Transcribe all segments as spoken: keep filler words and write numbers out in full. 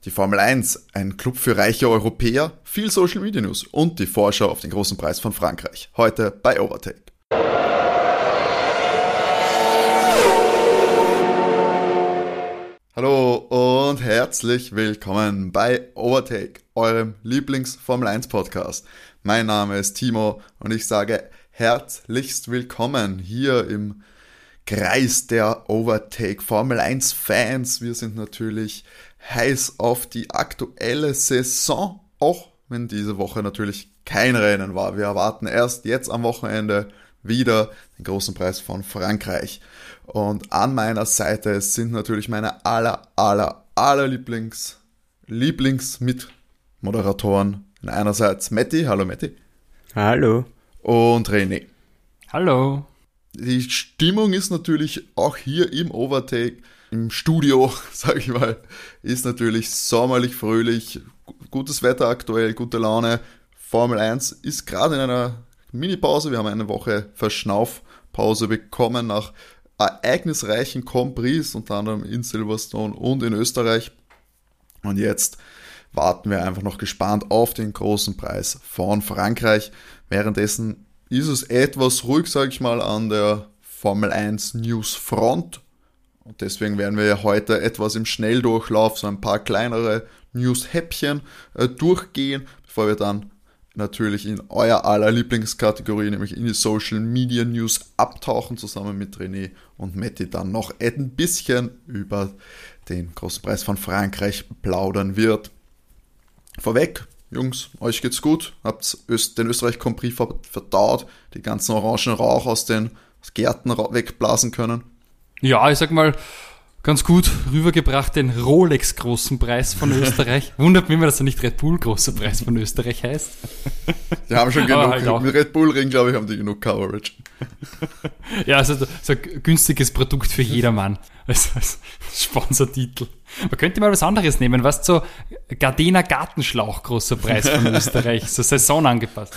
die Formel eins, ein Club für reiche Europäer, viel Social Media News und die Vorschau auf den großen Preis von Frankreich. Heute bei Overtake. Hallo und herzlich willkommen bei Overtake, eurem Lieblings-Formel eins Podcast. Mein Name ist Timo und ich sage herzlichst willkommen hier im Kreis der Overtake Formel eins Fans. Wir sind natürlich heiß auf die aktuelle Saison, auch wenn diese Woche natürlich kein Rennen war. Wir erwarten erst jetzt am Wochenende wieder den großen Preis von Frankreich. Und an meiner Seite sind natürlich meine aller, aller, aller Lieblings, Lieblings-Mitmoderatoren. Einerseits Matti, hallo Matti. Hallo. Und René. Hallo. Die Stimmung ist natürlich auch hier im Overtake, im Studio, sage ich mal, ist natürlich sommerlich, fröhlich, gutes Wetter aktuell, gute Laune. Formel eins ist gerade in einer Mini-Pause, wir haben eine Woche Verschnaufpause bekommen nach ereignisreichen Grand Prix, unter anderem in Silverstone und in Österreich. Und jetzt warten wir einfach noch gespannt auf den großen Preis von Frankreich. Währenddessen ist es etwas ruhig, sage ich mal, an der Formel eins News Front. Und deswegen werden wir ja heute etwas im Schnelldurchlauf, so ein paar kleinere News-Häppchen äh, durchgehen, bevor wir dann natürlich in euer aller Lieblingskategorie, nämlich in die Social Media News abtauchen, zusammen mit René und Matti dann noch ein bisschen über den großen Preis von Frankreich plaudern wird. Vorweg, Jungs, euch geht's gut? Habt den Österreich Grand Prix verdaut, die ganzen orangen Rauch aus den Gärten wegblasen können? Ja, ich sag mal, ganz gut rübergebracht den Rolex Großen Preis von Österreich. Wundert mich immer, dass er nicht Red Bull Großer Preis von Österreich heißt. Die haben schon genug, halt mit Red Bull Ring, glaube ich, haben die genug Coverage. Ja, also so ein günstiges Produkt für jedermann. Als, als Sponsortitel. Man könnte mal was anderes nehmen, was so Gardena Gartenschlauch Großer Preis von Österreich, so saisonangepasst.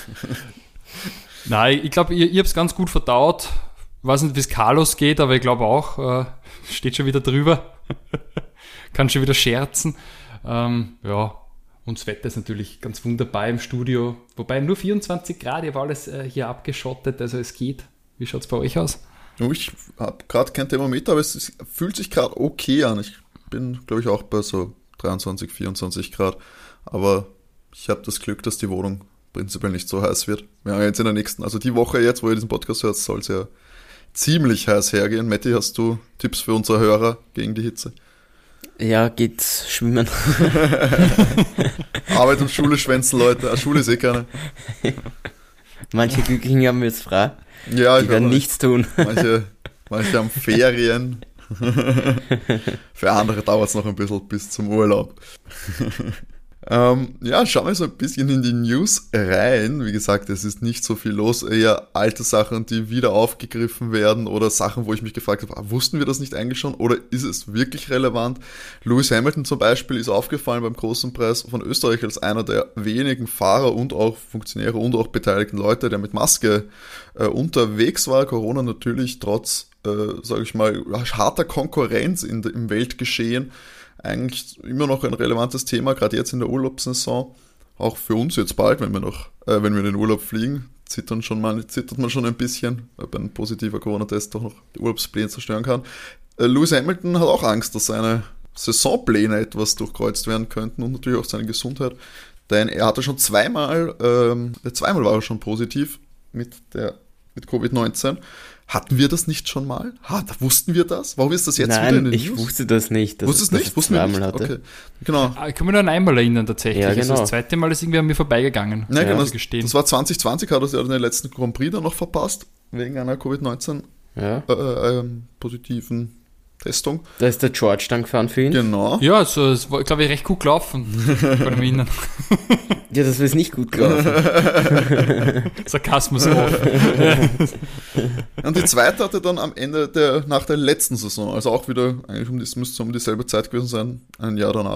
Nein, ich glaube, ihr, ihr habt es ganz gut verdaut. Ich weiß nicht, wie es Carlos geht, aber ich glaube auch, äh, steht schon wieder drüber. Kann schon wieder scherzen. Ähm, ja, und das Wetter ist natürlich ganz wunderbar im Studio. Wobei nur vierundzwanzig Grad, ich habe alles äh, hier abgeschottet, also es geht. Wie schaut es bei euch aus? Ich habe gerade kein Thermometer, aber es ist, fühlt sich gerade okay an. Ich bin, glaube ich, auch bei so dreiundzwanzig, vierundzwanzig Grad. Aber ich habe das Glück, dass die Wohnung prinzipiell nicht so heiß wird. Wir haben jetzt in der nächsten, also die Woche jetzt, wo ihr diesen Podcast hört, soll es ja ziemlich heiß hergehen. Matti, hast du Tipps für unsere Hörer gegen die Hitze? Ja, geht's schwimmen. Arbeit und Schule schwänzen, Leute. Ah, Schule ist eh keine. Manche Glücklichen haben jetzt frei. Ja, die werden nichts tun. Manche, manche haben Ferien. Für andere dauert es noch ein bisschen bis zum Urlaub. Ähm, ja, schauen wir so ein bisschen in die News rein. Wie gesagt, es ist nicht so viel los, eher alte Sachen, die wieder aufgegriffen werden oder Sachen, wo ich mich gefragt habe, ah, wussten wir das nicht eigentlich schon oder ist es wirklich relevant? Lewis Hamilton zum Beispiel ist aufgefallen beim großen Preis von Österreich als einer der wenigen Fahrer und auch Funktionäre und auch beteiligten Leute, der mit Maske äh, unterwegs war. Corona natürlich trotz, äh, sage ich mal, harter Konkurrenz in, im Weltgeschehen eigentlich immer noch ein relevantes Thema, gerade jetzt in der Urlaubssaison. Auch für uns jetzt bald, wenn wir noch, äh, wenn wir in den Urlaub fliegen, zittern schon mal, zittert man schon ein bisschen, weil ein positiver Corona-Test doch noch die Urlaubspläne zerstören kann. Äh, Lewis Hamilton hat auch Angst, dass seine Saisonpläne etwas durchkreuzt werden könnten und natürlich auch seine Gesundheit, denn er hatte schon zweimal, ähm, zweimal war er schon positiv mit der mit Covid neunzehn. Hatten wir das nicht schon mal? Ha, da wussten wir das? Warum ist das jetzt Nein, wieder in den ich News? wusste das nicht. Wusstest du es nicht? Wussten wir nicht? Hatte. Okay. Genau. Ich kann mich nur an einmal erinnern tatsächlich. Ja, genau. Also das zweite Mal ist irgendwie an mir vorbeigegangen. Ja, genau. Das, das war zwanzig zwanzig, hat er ja den letzten Grand Prix dann noch verpasst, wegen einer Covid neunzehn ja. äh, äh, positiven Testung. Da ist der George dann gefahren für ihn. Genau. Ja, also es war, glaube ich, recht gut gelaufen. Kann ich mich erinnern. Ja, das ist nicht gut gelaufen. Sarkasmus auf. Und die zweite hatte dann am Ende der, nach der letzten Saison, also auch wieder, eigentlich um, das müsste um dieselbe Zeit gewesen sein, ein Jahr danach,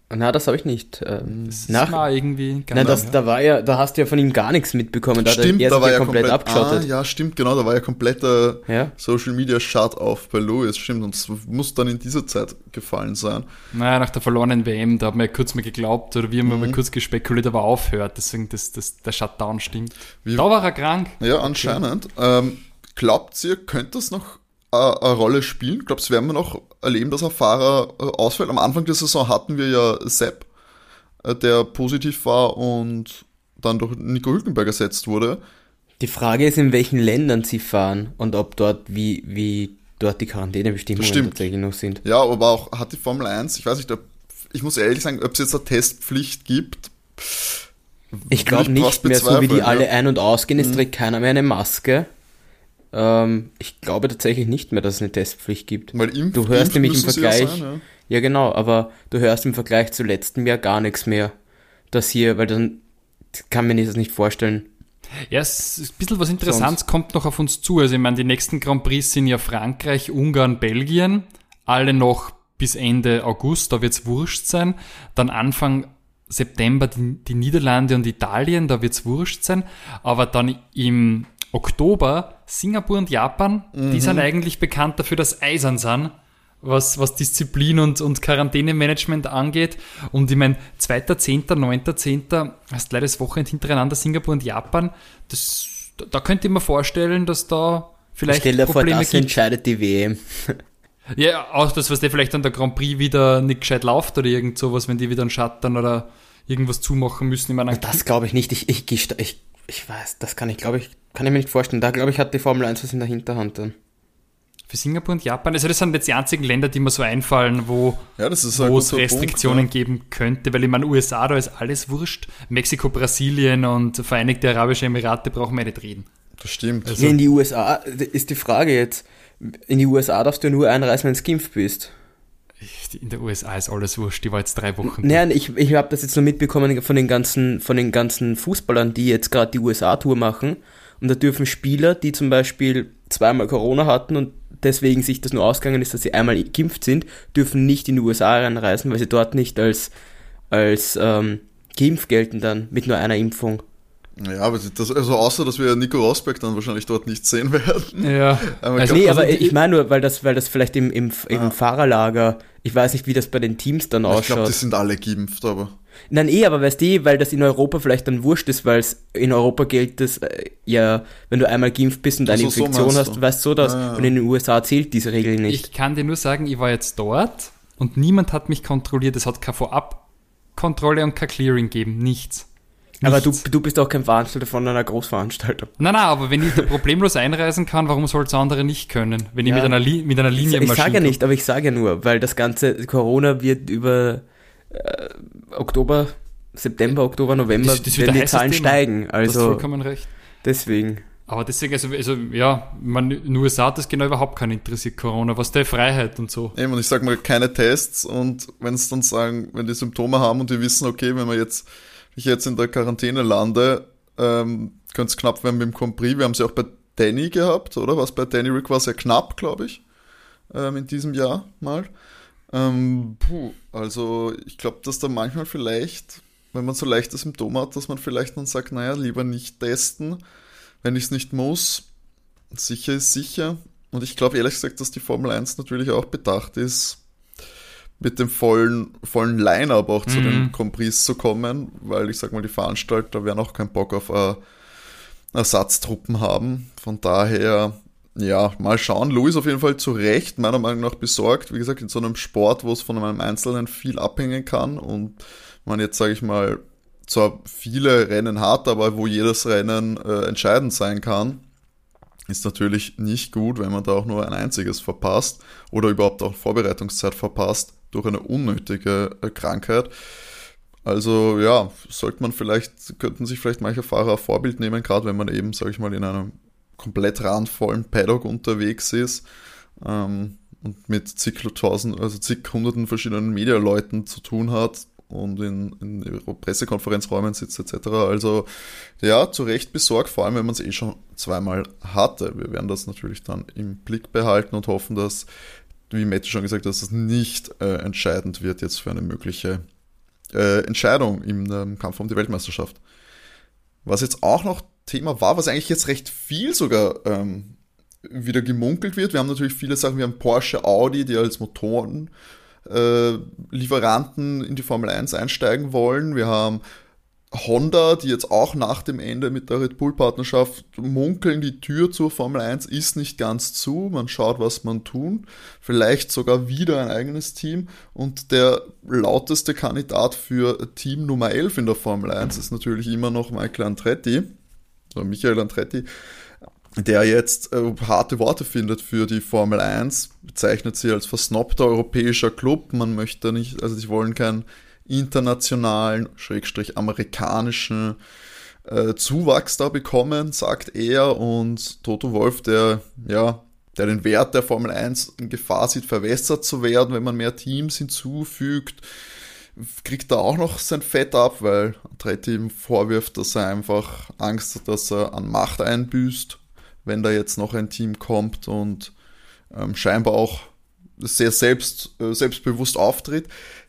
Na, das habe ich nicht. Ähm, Das nach, ist mal irgendwie nein, das, da war ja, da hast du ja von ihm gar nichts mitbekommen. Da Stimmt, hat er da war ja ja komplett, komplett abgeschottet. Ah, ja, stimmt, genau, da war ja kompletter Ja. Social Media Shut-off bei Lewis, stimmt, und es muss dann in dieser Zeit gefallen sein. Naja, nach der verlorenen W M, da haben wir ja kurz mal geglaubt, oder wir haben Mhm. mal kurz gespekuliert, aber aufhört. Deswegen, das, das, der Shutdown stimmt. Wie- Da war er krank. Ja, anscheinend. Ähm, glaubt ihr, könnte das noch äh, eine Rolle spielen? Glaubt ihr, werden wir noch erleben, dass ein Fahrer äh, ausfällt? Am Anfang der Saison hatten wir ja Sepp, äh, der positiv war und dann durch Nico Hülkenberg ersetzt wurde. Die Frage ist, in welchen Ländern sie fahren und ob dort, wie, wie dort die Quarantänebestimmungen Das stimmt. tatsächlich noch sind. Ja, aber auch hat die Formel eins, ich weiß nicht, ob, ich muss ehrlich sagen, ob es jetzt eine Testpflicht gibt. Ich glaube Würde ich nicht fast mehr, so wie die bezweifeln, alle ja. ein- und ausgehen, es Mhm. trägt keiner mehr eine Maske. Ähm, ich glaube tatsächlich nicht mehr, dass es eine Testpflicht gibt. Weil impf, Du hörst geimpft nämlich im müssen sie ja Vergleich, sein, ja genau, aber du hörst im Vergleich zu letztem Jahr gar nichts mehr. Das hier, weil dann kann mir das nicht vorstellen. Ja, es ist ein bisschen was Interessantes kommt noch auf uns zu. Also ich meine, die nächsten Grand Prix sind ja Frankreich, Ungarn, Belgien. Alle noch bis Ende August, da wird's wurscht sein. Dann Anfang September die, die Niederlande und Italien, da wird's wurscht sein. Aber dann im Oktober Singapur und Japan, die sind eigentlich bekannt dafür, dass eisern sind, was, was Disziplin und, und Quarantänemanagement angeht. Und ich meine, zweiter zehnter, neunter zehnter hast leider das Wochenende hintereinander Singapur und Japan. Das, da, da könnte ich mir vorstellen, dass da vielleicht Stell dir vor, Probleme das gibt. entscheidet die W M. Ja, auch das, was der vielleicht an der Grand Prix wieder nicht gescheit läuft oder irgend sowas, wenn die wieder einen Schatten oder irgendwas zumachen müssen. Ich meine, Das glaube ich nicht. Ich, ich, gesta- ich, ich weiß, das kann ich, glaube ich, kann ich mir nicht vorstellen. Da glaube ich, hat die Formel eins was in der Hinterhand dann. für Singapur und Japan, also das sind jetzt die einzigen Länder, die mir so einfallen, wo, Ja, das ist ein wo es guter Restriktionen Punkt, geben könnte, weil ich meine, U S A, da ist alles wurscht. Mexiko, Brasilien und Vereinigte Arabische Emirate brauchen wir nicht reden. ja. Das stimmt. Also- Ja, in die U S A ist die Frage jetzt. In die U S A darfst du nur einreisen, wenn du geimpft bist. In der U S A ist alles wurscht, die war jetzt drei Wochen. Nein, ich, ich habe das jetzt nur mitbekommen von den ganzen, von den ganzen Fußballern, die jetzt gerade die U S A-Tour machen. Und da dürfen Spieler, die zum Beispiel zweimal Corona hatten und deswegen sich das nur ausgegangen ist, dass sie einmal geimpft sind, dürfen nicht in die U S A reinreisen, weil sie dort nicht als, als ähm, geimpft gelten dann, mit nur einer Impfung. Ja, aber das, also außer, dass wir Nico Rosberg dann wahrscheinlich dort nicht sehen werden. Ja, Aber also, ich Nee, glaub, aber also die- ich meine nur, weil das, weil das vielleicht im, im, im Ah. Fahrerlager, ich weiß nicht, wie das bei den Teams dann Ich glaube, ausschaut. die sind alle geimpft, aber. Nein, eh, aber weißt du, weil das in Europa vielleicht dann wurscht ist, weil es in Europa gilt das äh, ja, wenn du einmal geimpft bist und eine Ach so, so Infektion meinst hast, du. weißt du das, Ja, ja. und in den U S A zählt diese Regel nicht. ich kann dir nur sagen, ich war jetzt dort und niemand hat mich kontrolliert. Es hat keine Vorabkontrolle und kein Clearing gegeben, nichts. aber du, Nichts. du bist auch kein Veranstalter von einer Großveranstaltung. Nein, nein, aber wenn ich da problemlos einreisen kann, warum soll es andere nicht können? Wenn ich Ja. mit einer, Li mit einer Ich, Linie ich marschieren sage ja kann. nicht, aber ich sage ja nur, weil das ganze Corona wird über äh, Oktober, September, Oktober, November, Das- das wird werden ein die heißes Zahlen Thema. steigen. Du hast Also vollkommen recht. deswegen. Aber deswegen, also, also ja, man, in den U S A hat das genau überhaupt keinen interessiert, Corona. Was der Freiheit und so. Eben, und ich sag mal, keine Tests und wenn es dann sagen, wenn die Symptome haben und die wissen, okay, wenn wir jetzt, ich jetzt in der Quarantäne lande, ähm, könnte es knapp werden mit dem Grand Prix. Wir haben es ja auch bei Danny gehabt, oder? Was bei Danny Rick war sehr knapp, glaube ich, ähm, in diesem Jahr mal. Ähm, puh, also ich glaube, dass da manchmal vielleicht, wenn man so leichte Symptome hat, dass man vielleicht dann sagt, naja, lieber nicht testen, wenn ich es nicht muss. Sicher ist sicher. Und ich glaube ehrlich gesagt, dass die Formel eins natürlich auch bedacht ist, mit dem vollen, vollen Line-Up auch zu Mhm. den Grand Prix zu kommen, weil ich sag mal, die Veranstalter werden auch keinen Bock auf äh, Ersatztruppen haben. Von daher, ja, mal schauen. Lewis auf jeden Fall zu Recht, meiner Meinung nach besorgt. Wie gesagt, in so einem Sport, wo es von einem Einzelnen viel abhängen kann und man jetzt, sage ich mal, zwar viele Rennen hat, aber wo jedes Rennen äh, entscheidend sein kann, ist natürlich nicht gut, wenn man da auch nur ein einziges verpasst oder überhaupt auch Vorbereitungszeit verpasst durch eine unnötige äh, Krankheit. Also ja, sollte man vielleicht, könnten sich vielleicht manche Fahrer ein Vorbild nehmen, gerade wenn man eben, sage ich mal, in einem komplett randvollen Paddock unterwegs ist ähm, und mit zig tausend, also zig hunderten verschiedenen Medialeuten zu tun hat und in, in Pressekonferenzräumen sitzt et cetera. Also ja, zu Recht besorgt, vor allem wenn man es eh schon zweimal hatte. Wir werden das natürlich dann im Blick behalten und hoffen, dass, wie Matti schon gesagt hat, dass es nicht äh, entscheidend wird jetzt für eine mögliche äh, Entscheidung im ähm, Kampf um die Weltmeisterschaft. Was jetzt auch noch Thema war, was eigentlich jetzt recht viel sogar ähm, wieder gemunkelt wird. Wir haben natürlich viele Sachen, wir haben Porsche, Audi, die als Motoren äh, Lieferanten in die Formel eins einsteigen wollen. Wir haben Honda, die jetzt auch nach dem Ende mit der Red Bull-Partnerschaft munkeln, die Tür zur Formel eins ist nicht ganz zu, man schaut, was man tun, vielleicht sogar wieder ein eigenes Team, und der lauteste Kandidat für Team Nummer elf in der Formel eins ist natürlich immer noch Michael Andretti, oder Michael Andretti, der jetzt äh, harte Worte findet für die Formel eins, bezeichnet sie als versnobter europäischer Club, man möchte nicht, also sie wollen kein internationalen, schrägstrich amerikanischen äh, Zuwachs da bekommen, sagt er, und Toto Wolff, der ja, der den Wert der Formel eins in Gefahr sieht, verwässert zu werden, wenn man mehr Teams hinzufügt, kriegt da auch noch sein Fett ab, weil Andretti ihm vorwirft, dass er einfach Angst hat, dass er an Macht einbüßt, wenn da jetzt noch ein Team kommt, und ähm, scheinbar auch sehr selbst, äh, selbstbewusst auftritt.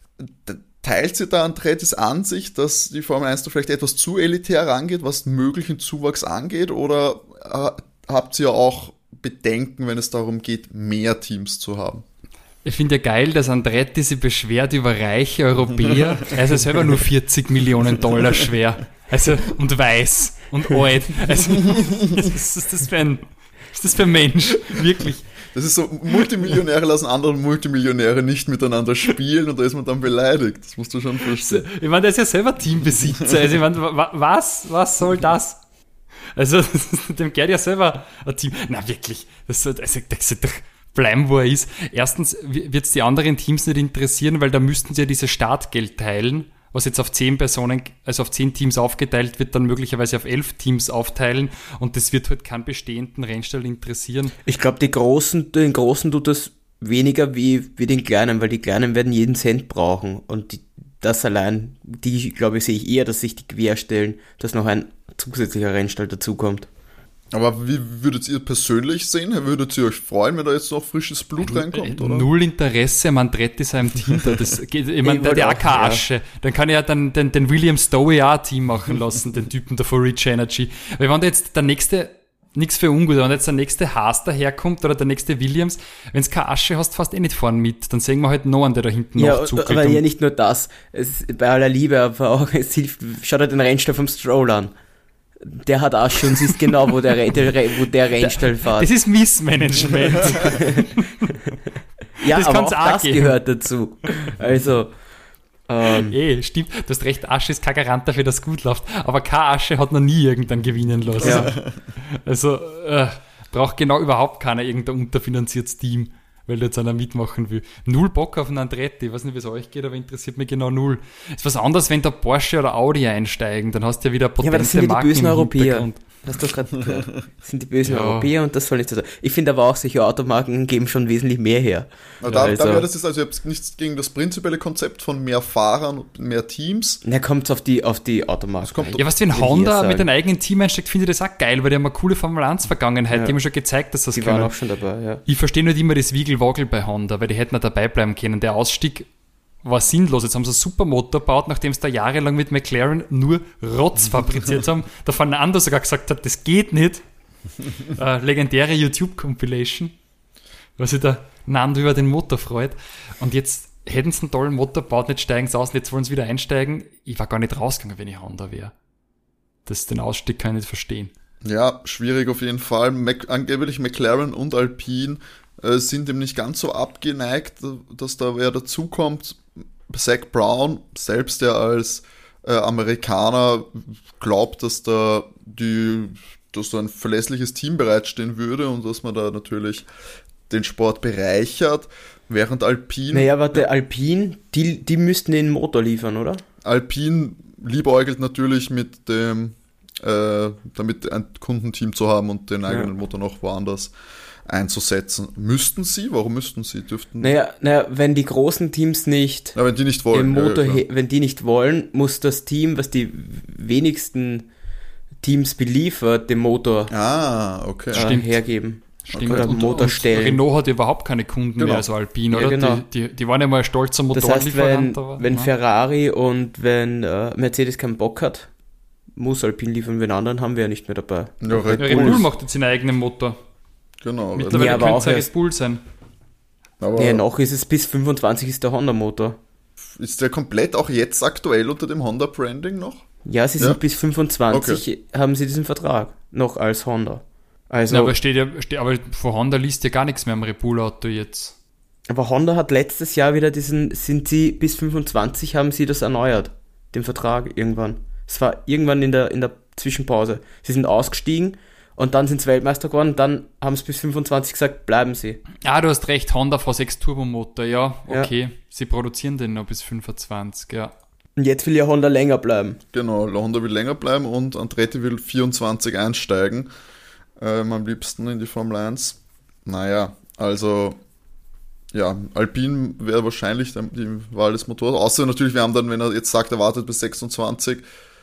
Teilt sie da Andrettis Ansicht, dass die Formel eins da vielleicht etwas zu elitär rangeht, was möglichen Zuwachs angeht, oder äh, habt ihr auch Bedenken, wenn es darum geht, mehr Teams zu haben? Ich finde ja geil, dass Andretti sich beschwert über reiche Europäer. Er ist ja selber nur vierzig Millionen Dollar schwer. Also, und weiß und alt. Also, was ist das für ein, was ist das für ein Mensch? Wirklich. Das ist so, Multimillionäre lassen andere Multimillionäre nicht miteinander spielen, und da ist man dann beleidigt. Das musst du schon verstehen. Ich meine, der ist ja selber Teambesitzer. Also ich meine, was, was soll das? Also, dem gehört ja selber ein Team. Na wirklich, das soll, also, das soll doch bleiben, wo er ist. Erstens wird es die anderen Teams nicht interessieren, weil da müssten sie ja dieses Startgeld teilen, was jetzt auf zehn Personen, also auf zehn Teams aufgeteilt wird, dann möglicherweise auf elf Teams aufteilen, und das wird halt keinen bestehenden Rennstall interessieren. Ich glaube, die Großen, den Großen tut das weniger wie, wie den Kleinen, weil die Kleinen werden jeden Cent brauchen, und die, das allein, die, glaube ich, sehe ich eher, dass sich die querstellen, dass noch ein zusätzlicher Rennstall dazukommt. Aber wie würdet ihr persönlich sehen? Würdet ihr euch freuen, wenn da jetzt noch frisches Blut reinkommt? Oder? Null Interesse am Andretti seinem Team da. Das geht, ich meine, der, der hat keine Asche. Ja. Dann kann er ja dann den, den William Stowe auch ein Team machen lassen, den Typen da von Rich Energy. Weil wenn da jetzt der nächste, nichts für ungut, wenn jetzt der nächste Haas daherkommt oder der nächste Williams, wenn es keine Asche hast, fast eh nicht vorne mit. Dann sehen wir halt noch einen, der da hinten ja, noch zukriegt. Aber ja, nicht nur das. Es ist bei aller Liebe, aber auch, es hilft, schaut halt den Rennstall vom Stroll an. Der hat Asche und siehst genau, wo der, der, wo der Rennstall fährt. Das ist Missmanagement. Ja, das aber auch das geben. Gehört dazu. Also, ähm, eh, stimmt. Du hast recht, Asche ist kein Garant dafür, dass es gut läuft. Aber keine Asche hat noch nie irgendwann gewinnen lassen. Ja. Also, äh, braucht genau überhaupt keiner irgendein unterfinanziertes Team, weil der jetzt einer mitmachen will. Null Bock auf einen Andretti. Ich weiß nicht, wie es euch geht, aber interessiert mich genau null. Ist was anderes, wenn da Porsche oder Audi einsteigen, dann hast du ja wieder potente ja, aber das sind ja die Marken bösen im Europäer. Hast du gerade gehört? Das sind die bösen ja. Europäer, und das soll nicht so sein. Ich finde aber auch, solche Automarken geben schon wesentlich mehr her. Ja, da, also, da wäre das jetzt, also ich habe nichts gegen das prinzipielle Konzept von mehr Fahrern und mehr Teams. Da kommt es auf die, auf die Automarken. Ja, was wenn Honda mit einem eigenen Team einsteckt, finde ich das auch geil, weil die haben eine coole Formel eins Vergangenheit, ja. die haben schon gezeigt, dass das die können. Die waren auch schon dabei, ja. Ich verstehe nicht immer das Wiegelwagel bei Honda, weil die hätten ja dabei bleiben können. Der Ausstieg war sinnlos. Jetzt haben sie einen super Motor gebaut, nachdem sie da jahrelang mit McLaren nur Rotz fabriziert haben. Der Fernando sogar gesagt hat, das geht nicht. äh, legendäre YouTube-Compilation, was sich der Nando über den Motor freut. Und jetzt hätten sie einen tollen Motor gebaut, nicht steigen sie aus, und jetzt wollen sie wieder einsteigen. Ich war gar nicht rausgegangen, wenn ich Honda wäre. Das, den Ausstieg kann ich nicht verstehen. Ja, schwierig auf jeden Fall. Mac, angeblich McLaren und Alpine äh, sind dem nicht ganz so abgeneigt, dass da wer dazukommt. Zach Brown, selbst der als äh, Amerikaner, glaubt, dass da die, dass da ein verlässliches Team bereitstehen würde und dass man da natürlich den Sport bereichert, während Alpine... Naja, warte, Alpine, die, die müssten den Motor liefern, oder? Alpine liebäugelt natürlich mit dem, äh, damit ein Kundenteam zu haben und den eigenen ja. Motor noch woanders einzusetzen. Müssten sie? Warum müssten sie? Dürften? Naja, naja, wenn die großen Teams nicht, ja, wenn die nicht wollen, den Motor, ja, ja, wenn die nicht wollen, muss das Team, was die wenigsten Teams beliefert, den Motor ah, okay. äh, hergeben. Stimmt. Oder und, Motorstellen. Und Renault hat überhaupt keine Kunden Genau. mehr, also Alpine, Ja, oder? genau. Die, die, die waren ja mal ein stolzer Das heißt, Motorenlieferant. wenn, aber, wenn ja. Ferrari und wenn äh, Mercedes keinen Bock hat, muss Alpine liefern, wenn anderen haben wir ja nicht mehr dabei. Ja, Red Ja, Red Bull. Bull macht jetzt seinen eigenen Motor. Genau. Mittlerweile Ja, aber könnte auch es ja erst- Red Bull sein. Aber Ja, noch ist es bis fünfundzwanzig ist der Honda-Motor. ist der komplett auch jetzt aktuell unter dem Honda-Branding noch? Ja, sie Ja? sind bis fünfundzwanzig, haben sie diesen Vertrag noch als Honda. Also, Na, aber aber, steht ja, steht, aber von Honda liest ja gar nichts mehr am Red Bull Auto jetzt. Honda hat letztes Jahr wieder diesen, sind sie bis fünfundzwanzig haben sie das erneuert, den Vertrag irgendwann. Es war irgendwann in der, in der Zwischenpause. Sie sind ausgestiegen und dann sind sie Weltmeister geworden, dann haben sie bis fünfundzwanzig gesagt, bleiben sie. Ah, du hast recht, Honda V sechs Turbomotor, ja, Ja. okay. Sie produzieren den noch bis fünfundzwanzig, ja. Und jetzt will ja Honda länger bleiben. Genau, Honda will länger bleiben und Andretti will vierundzwanzig einsteigen. Ähm, am liebsten in die Formel eins. Naja, also ja, Alpine wäre wahrscheinlich die Wahl des Motors. Außer natürlich, wir haben dann, wenn er jetzt sagt, er wartet bis sechsundzwanzig,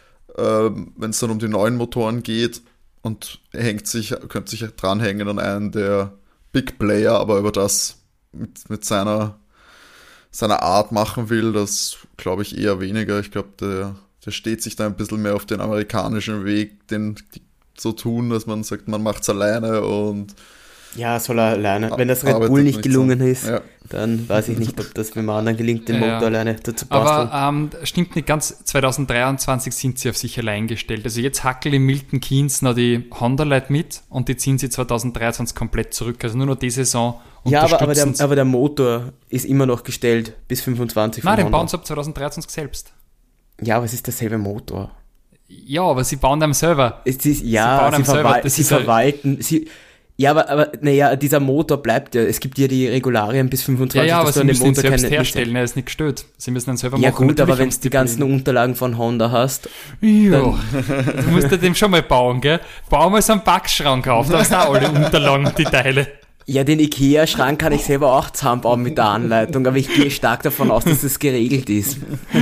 ähm, wenn es dann um die neuen Motoren geht und er hängt sich, könnte sich dranhängen an einen der Big Player, aber über das mit, mit seiner, seiner Art machen will, das glaube ich eher weniger. Ich glaube, der, der steht sich da ein bisschen mehr auf den amerikanischen Weg, den die so tun, dass man sagt, man macht es alleine und Ja, soll er alleine. Wenn das Red arbeitet Bull nicht nicht gelungen so. ist, Ja. dann weiß ich nicht, ob das mit dem anderen gelingt, den Ja. Motor alleine dazu basteln. Aber ähm, stimmt nicht ganz, zwanzig dreiundzwanzig sind sie auf sich allein gestellt. Also jetzt hackeln in Milton Keynes noch die Honda-Leute mit und die ziehen sie zwanzig dreiundzwanzig komplett zurück. Also nur noch die Saison Ja, aber, aber, der, unterstützen sie. aber der Motor ist immer noch gestellt bis fünfundzwanzig von Nein, den Honda. bauen sie ab zwanzig dreiundzwanzig selbst. Ja, aber es ist derselbe Motor. Ja, aber sie bauen den selber. Es ist, Sie ja, bauen sie, am selber, verwal das sie ist ja- verwalten, sie, ja, aber, aber, naja, dieser Motor bleibt ja, es gibt ja die Regularien bis Ja, fünfundzwanzig, ja, aber dass sie du an dem müssen ihn Motor selbst keine, herstellen, er ist nicht gestört. Sie müssen ihn selber ja machen. gut, aber Natürlich wenn haben du sie die ganzen Pläne. Unterlagen von Honda hast, Ja, du musst dir dem schon mal bauen, gell? Bau mal so einen Backschrank auf, da hast du auch alle Unterlagen und die Teile. ja, den Ikea-Schrank kann ich selber auch zusammenbauen mit der Anleitung, aber ich gehe stark davon aus, dass es geregelt ist.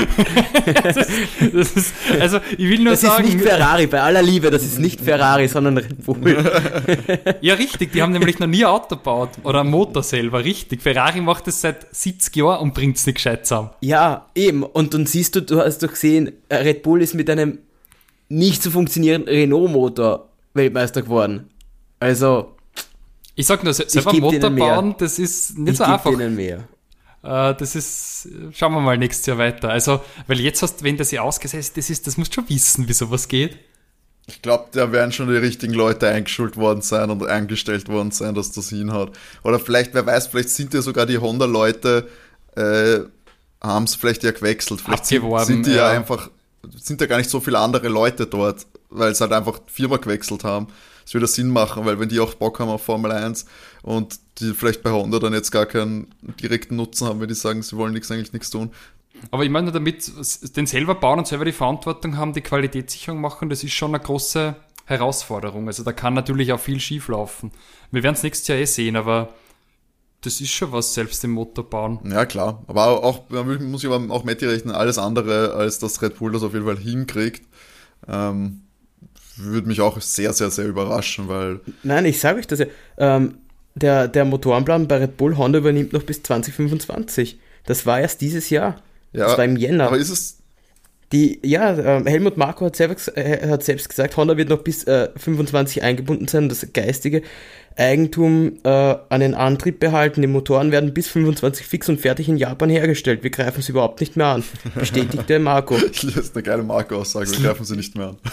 Das ist, also, ich will nur Das sagen, ist nicht Ferrari, bei aller Liebe, das ist nicht Ferrari, sondern Red Bull. ja richtig, die haben nämlich noch nie ein Auto gebaut oder einen Motor selber, richtig. Ferrari macht das seit siebzig Jahren und bringt es nicht gescheit zusammen. Ja, eben. Und dann siehst du, du hast doch gesehen, äh, Red Bull ist mit einem nicht zu funktionierenden Renault-Motor Weltmeister geworden. Also, Ich sag nur, se- selber geb einen Motor denen mehr. bauen, das ist nicht ich so gebe einfach. denen mehr. Äh, das ist, schauen wir mal nächstes Jahr weiter. Also, weil jetzt hast, wenn das ja ausgesetzt das ist, das musst du schon wissen, wie sowas geht. Ich glaube, da werden schon die richtigen Leute eingeschult worden sein und eingestellt worden sein, dass das hinhaut. Oder vielleicht, wer weiß, vielleicht sind ja sogar die Honda-Leute, äh, haben es vielleicht ja gewechselt. Vielleicht sind, Abgeworben, sind die ja. ja. einfach, sind ja gar nicht so viele andere Leute dort, weil es halt einfach die Firma gewechselt haben. Es würde Sinn machen, weil wenn die auch Bock haben auf Formel eins und die vielleicht bei Honda dann jetzt gar keinen direkten Nutzen haben, wenn die sagen, sie wollen nichts, eigentlich nichts tun. Aber ich meine nur damit, den selber bauen und selber die Verantwortung haben, die Qualitätssicherung machen, das ist schon eine große Herausforderung. Also da kann natürlich auch viel schief laufen. Wir werden es nächstes Jahr eh sehen, aber das ist schon was, selbst den Motor bauen. Ja, klar. Aber auch, man muss ich aber auch Matti rechnen, alles andere, als dass Red Bull das auf jeden Fall hinkriegt, ähm, würde mich auch sehr, sehr, sehr überraschen, weil Nein, ich sage euch das ja. Ähm, der, der Motorenplan bei Red Bull Honda übernimmt noch bis zwanzig fünfundzwanzig. Das war erst dieses Jahr. ja, das war im Jänner. aber ist es, Die, ja, ähm, Helmut Marko hat, selber, ges- äh, hat selbst gesagt, Honda wird noch bis äh, fünfundzwanzig eingebunden sein, das geistige Eigentum äh, an den Antrieb behalten. Die Motoren werden bis fünfundzwanzig fix und fertig in Japan hergestellt. Wir greifen sie überhaupt nicht mehr an, bestätigte Marco. das ist eine geile Marke-Aussage, wir greifen sie nicht mehr an.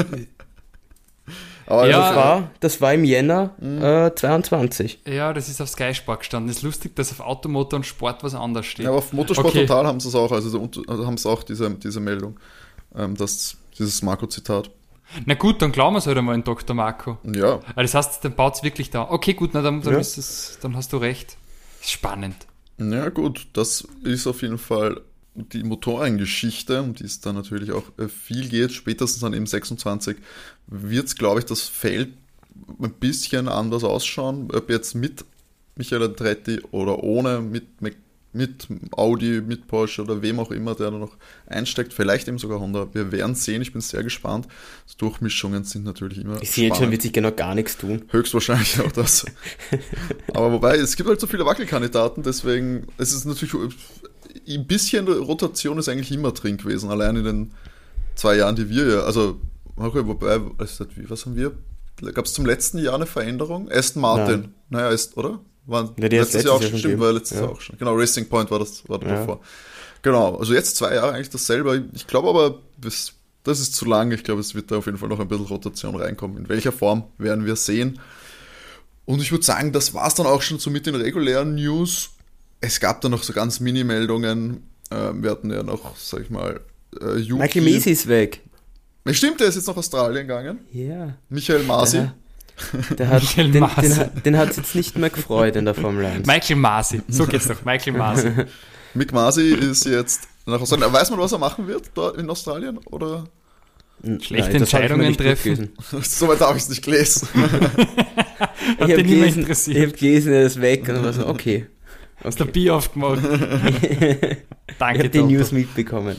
aber Ja, Das war, das war im Jänner äh, zweiundzwanzig. Ja, das ist auf Sky Sport gestanden. Es ist lustig, dass auf Automotor und Sport was anderes steht. ja, aber auf Motorsport Okay. Total haben sie es auch, also, so unter- also haben sie auch diese, diese Meldung, ähm, das, dieses Marco-Zitat. Na gut, dann glauben wir es halt einmal in Doktor Marco. Ja, Aber das heißt, dann baut es wirklich da. Okay, gut, na, dann, dann, Ja. ist es, dann hast du recht. Ist spannend. ja gut, das ist auf jeden Fall die Motorengeschichte, um die es dann natürlich auch äh, viel geht. Spätestens dann eben sechsundzwanzig wird es, glaube ich, das Feld ein bisschen anders ausschauen, ob jetzt mit Michael Andretti oder ohne, mit Mac mit Audi, mit Porsche oder wem auch immer, der da noch einsteckt, vielleicht eben sogar Honda. Wir werden sehen, ich bin sehr gespannt. Die Durchmischungen sind natürlich immer Ich sehe jetzt schon, wird sich genau gar nichts tun. Höchstwahrscheinlich auch das. Aber wobei, es gibt halt so viele Wackelkandidaten, deswegen, es ist natürlich, ein bisschen Rotation ist eigentlich immer drin gewesen, allein in den zwei Jahren, die wir ja, also, okay, wobei, was haben wir? Gab es zum letzten Jahr eine Veränderung? Aston Martin, Nein. naja, ist, oder? War Ja, die letztes hat's Jahr auch letztes schon, Jahr stimmt, schon war letztes ja. Jahr auch schon. Genau, Racing Point war das, war Ja. davor. Genau, also jetzt zwei Jahre eigentlich dasselbe. Ich glaube aber, das, das ist zu lang. Ich glaube, es wird da auf jeden Fall noch ein bisschen Rotation reinkommen. In welcher Form werden wir sehen. Und ich würde sagen, das war es dann auch schon so mit den regulären News. Es gab da noch so ganz Mini-Meldungen. Ähm, wir hatten ja noch, sag ich mal, äh, Yuki. Michael Masi ist weg. Ja, stimmt, der ist jetzt nach Australien gegangen. Ja. Michael Masi. Der, der hat, Michael den, Masi. den, hat- den hat es jetzt nicht mehr gefreut in der Formel eins. Michael Masi, so geht's doch, Michael Masi. Mick Masi ist jetzt nach Australien. Weiß man, was er machen wird dort in Australien? Oder? Schlechte Nein, das hab ich mir Entscheidungen nicht treffen. durchgelesen. Soweit habe ich es nicht gelesen. Hat Ich habe den nicht mehr gelesen, interessiert. ich hab gelesen, er ist weg und war so, okay. Hast du okay. Bier aufgemacht? Ich Danke, habe die Toto. News mitbekommen.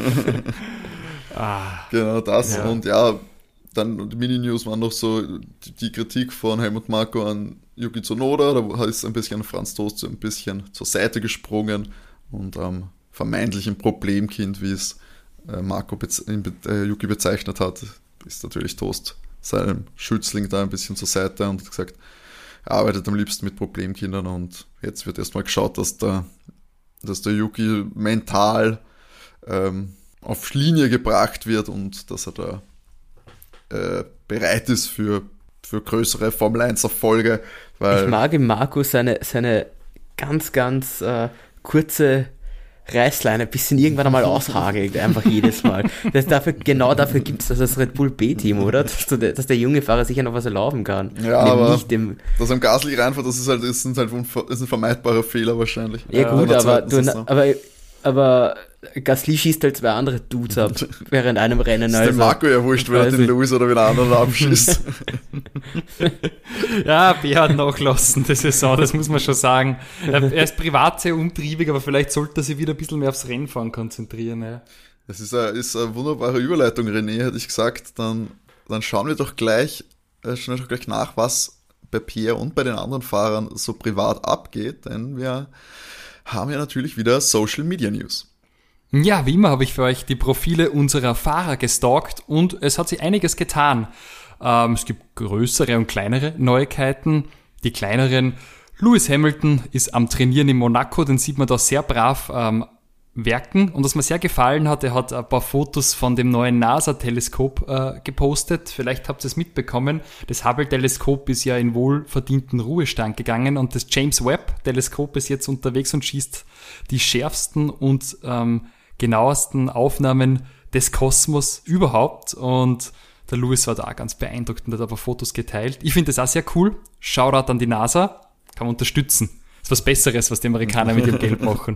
Ah, Genau das. Ja. Und ja, dann die Mini-News waren noch so die, die Kritik von Helmut Marko an Yuki Tsunoda. Da ist ein bisschen Franz Tost so ein bisschen zur Seite gesprungen und am vermeintlichen Problemkind, wie es äh, Marko bez- äh, Yuki bezeichnet hat, ist natürlich Tost seinem Schützling da ein bisschen zur Seite und hat gesagt, er arbeitet am liebsten mit Problemkindern und jetzt wird erstmal geschaut, dass der, dass der Yuki mental ähm, auf Linie gebracht wird und dass er da äh, bereit ist für, für größere Formel eins Erfolge. Weil Ich mag im Marco seine, seine ganz, ganz äh, kurze Reißleine, bis ihn irgendwann einmal aushagelt, einfach jedes Mal. Das dafür, genau dafür gibt es das als Red Bull B-Team, oder? Dass, du, dass der junge Fahrer sicher noch was erlauben kann. Ja, Und eben aber- nicht dem, dass am Gasly reinfährt, das ist halt, das sind halt unver, das ist ein vermeidbarer Fehler wahrscheinlich. ja, Ja, gut, in der aber, zweiten du, Saison. aber, aber Gasly schießt halt zwei andere Dudes ab während einem Rennen. ist dem Also, Marco ja wurscht, wenn er weiß den ich. Lewis oder den anderen abschießt. ja, Bär hat nachlassen, die Saison, das muss man schon sagen. Er er ist privat sehr umtriebig, aber vielleicht sollte er sich wieder ein bisschen mehr aufs Rennfahren konzentrieren. Ja. Das ist eine, ist eine wunderbare Überleitung, René, hätte ich gesagt. Dann, dann schauen wir doch gleich, äh, schauen wir doch gleich nach, was bei Pierre und bei den anderen Fahrern so privat abgeht, denn wir haben ja natürlich wieder Social Media News. Ja, wie immer habe ich für euch die Profile unserer Fahrer gestalkt und es hat sich einiges getan. Ähm, es gibt größere und kleinere Neuigkeiten. Die kleineren, Lewis Hamilton ist am Trainieren in Monaco, den sieht man da sehr brav ähm, werken. Und was mir sehr gefallen hat, er hat ein paar Fotos von dem neuen NASA-Teleskop äh, gepostet. Vielleicht habt ihr es mitbekommen. Das Hubble-Teleskop ist ja in wohlverdienten Ruhestand gegangen und das James Webb-Teleskop ist jetzt unterwegs und schießt die schärfsten und ähm, genauesten Aufnahmen des Kosmos überhaupt. Und der Lewis war da auch ganz beeindruckt und hat aber Fotos geteilt. Ich finde das auch sehr cool. Shoutout an die NASA. Kann man unterstützen. Ist was Besseres, was die Amerikaner mit ihrem Geld machen.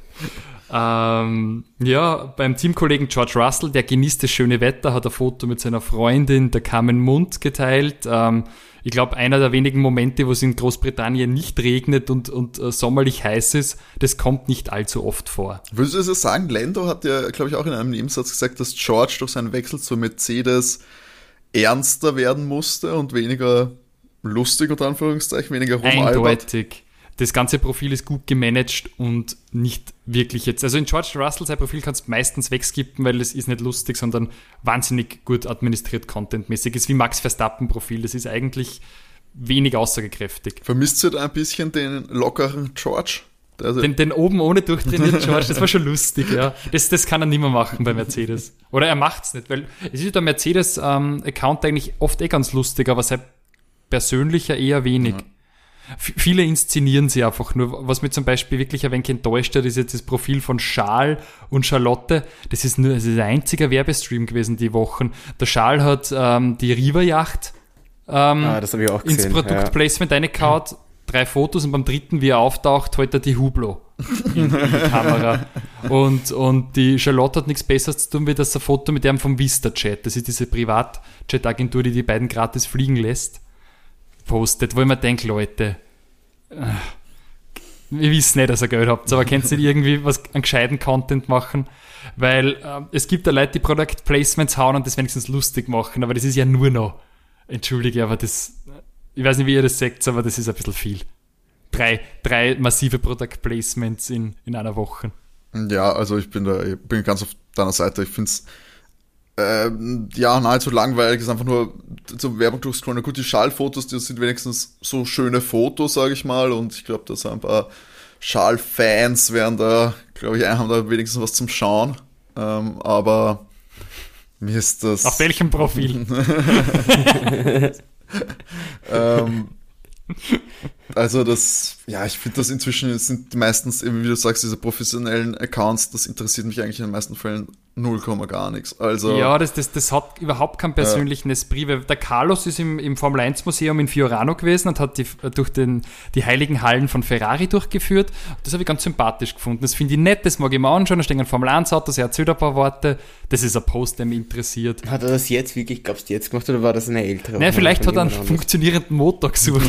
Ähm, ja, beim Teamkollegen George Russell, der genießt das schöne Wetter, hat ein Foto mit seiner Freundin, der Carmen Mund, geteilt. Ähm, ich glaube, einer der wenigen Momente, wo es in Großbritannien nicht regnet und, und äh, sommerlich heiß ist, das kommt nicht allzu oft vor. Würdest du das sagen, Lando hat ja, glaube ich, auch in einem Nebensatz gesagt, dass George durch seinen Wechsel zu Mercedes ernster werden musste und weniger lustig, unter Anführungszeichen, weniger rumalbert. Eindeutig. Das ganze Profil ist gut gemanagt und nicht wirklich jetzt. Also in George Russell sein Profil kannst du meistens wegskippen, weil es ist nicht lustig, sondern wahnsinnig gut administriert contentmäßig. Ist wie Max Verstappen Profil. Das ist eigentlich wenig aussagekräftig. Vermisst ihr da ein bisschen den lockeren George? Also, Den, den oben ohne durchtrainierten George, das war schon lustig, ja. Das, das kann er nicht mehr machen bei Mercedes. Oder er macht's nicht, weil es ist der Mercedes-Account ähm, eigentlich oft eh ganz lustig, aber sein persönlicher eher wenig. Ja. F- Viele inszenieren sie einfach nur. Was mich zum Beispiel wirklich ein wenig enttäuscht hat, ist jetzt das Profil von Charles und Charlotte. Das ist nur das ist ein einziger Werbestream gewesen die Wochen. Der Charles hat ähm, die Riva-Yacht ähm, Ah, das habe ich auch ins gesehen. Produktplacement reingekaut. Drei Fotos und beim dritten, wie er auftaucht, hält er die Hublot in die Kamera. Und, und die Charlotte hat nichts Besseres zu tun, wie das ein Foto mit einem vom VistaJet. Das ist diese Privatjet-Agentur, die die beiden gratis fliegen lässt. Postet, wo ich mir denke, Leute, äh, wir wissen nicht, dass ihr Geld habt, aber könnt ihr nicht irgendwie was an gescheiten Content machen? Weil äh, es gibt ja Leute, die Product Placements hauen und das wenigstens lustig machen, aber das ist ja nur noch, entschuldige, aber das, ich weiß nicht, wie ihr das sagt, aber das ist ein bisschen viel. Drei, drei massive Product Placements in, in einer Woche. Ja, also ich bin da, ich bin ganz auf deiner Seite. Ich finde es ähm, ja nahezu langweilig. Es ist einfach nur zur Werbung durchscrollen. Gut, die Schallfotos, die sind wenigstens so schöne Fotos, sage ich mal. Und ich glaube, da sind ein paar Schall-Fans werden da, glaube ich, haben da wenigstens was zum Schauen. Ähm, aber mir ist das... Auf welchem Profil? ähm, also das, ja, ich finde das inzwischen, es sind meistens, eben wie du sagst, diese professionellen Accounts, das interessiert mich eigentlich in den meisten Fällen null Komma gar nichts. Also, ja, das, das, das hat überhaupt keinen persönlichen ja. Esprit, weil der Carlos ist im, im Formel eins Museum in Fiorano gewesen und hat die, durch den, die heiligen Hallen von Ferrari durchgeführt. Das habe ich ganz sympathisch gefunden. Das finde ich nett, das mag ich mir anschauen. Da stehen ein Formel eins Autos, er erzählt ein paar Worte. Das ist ein Post, der mich interessiert. Hat er das jetzt wirklich, glaubst du, jetzt gemacht oder war das eine ältere? Nein, vielleicht hat er einen funktionierenden Motor gesucht.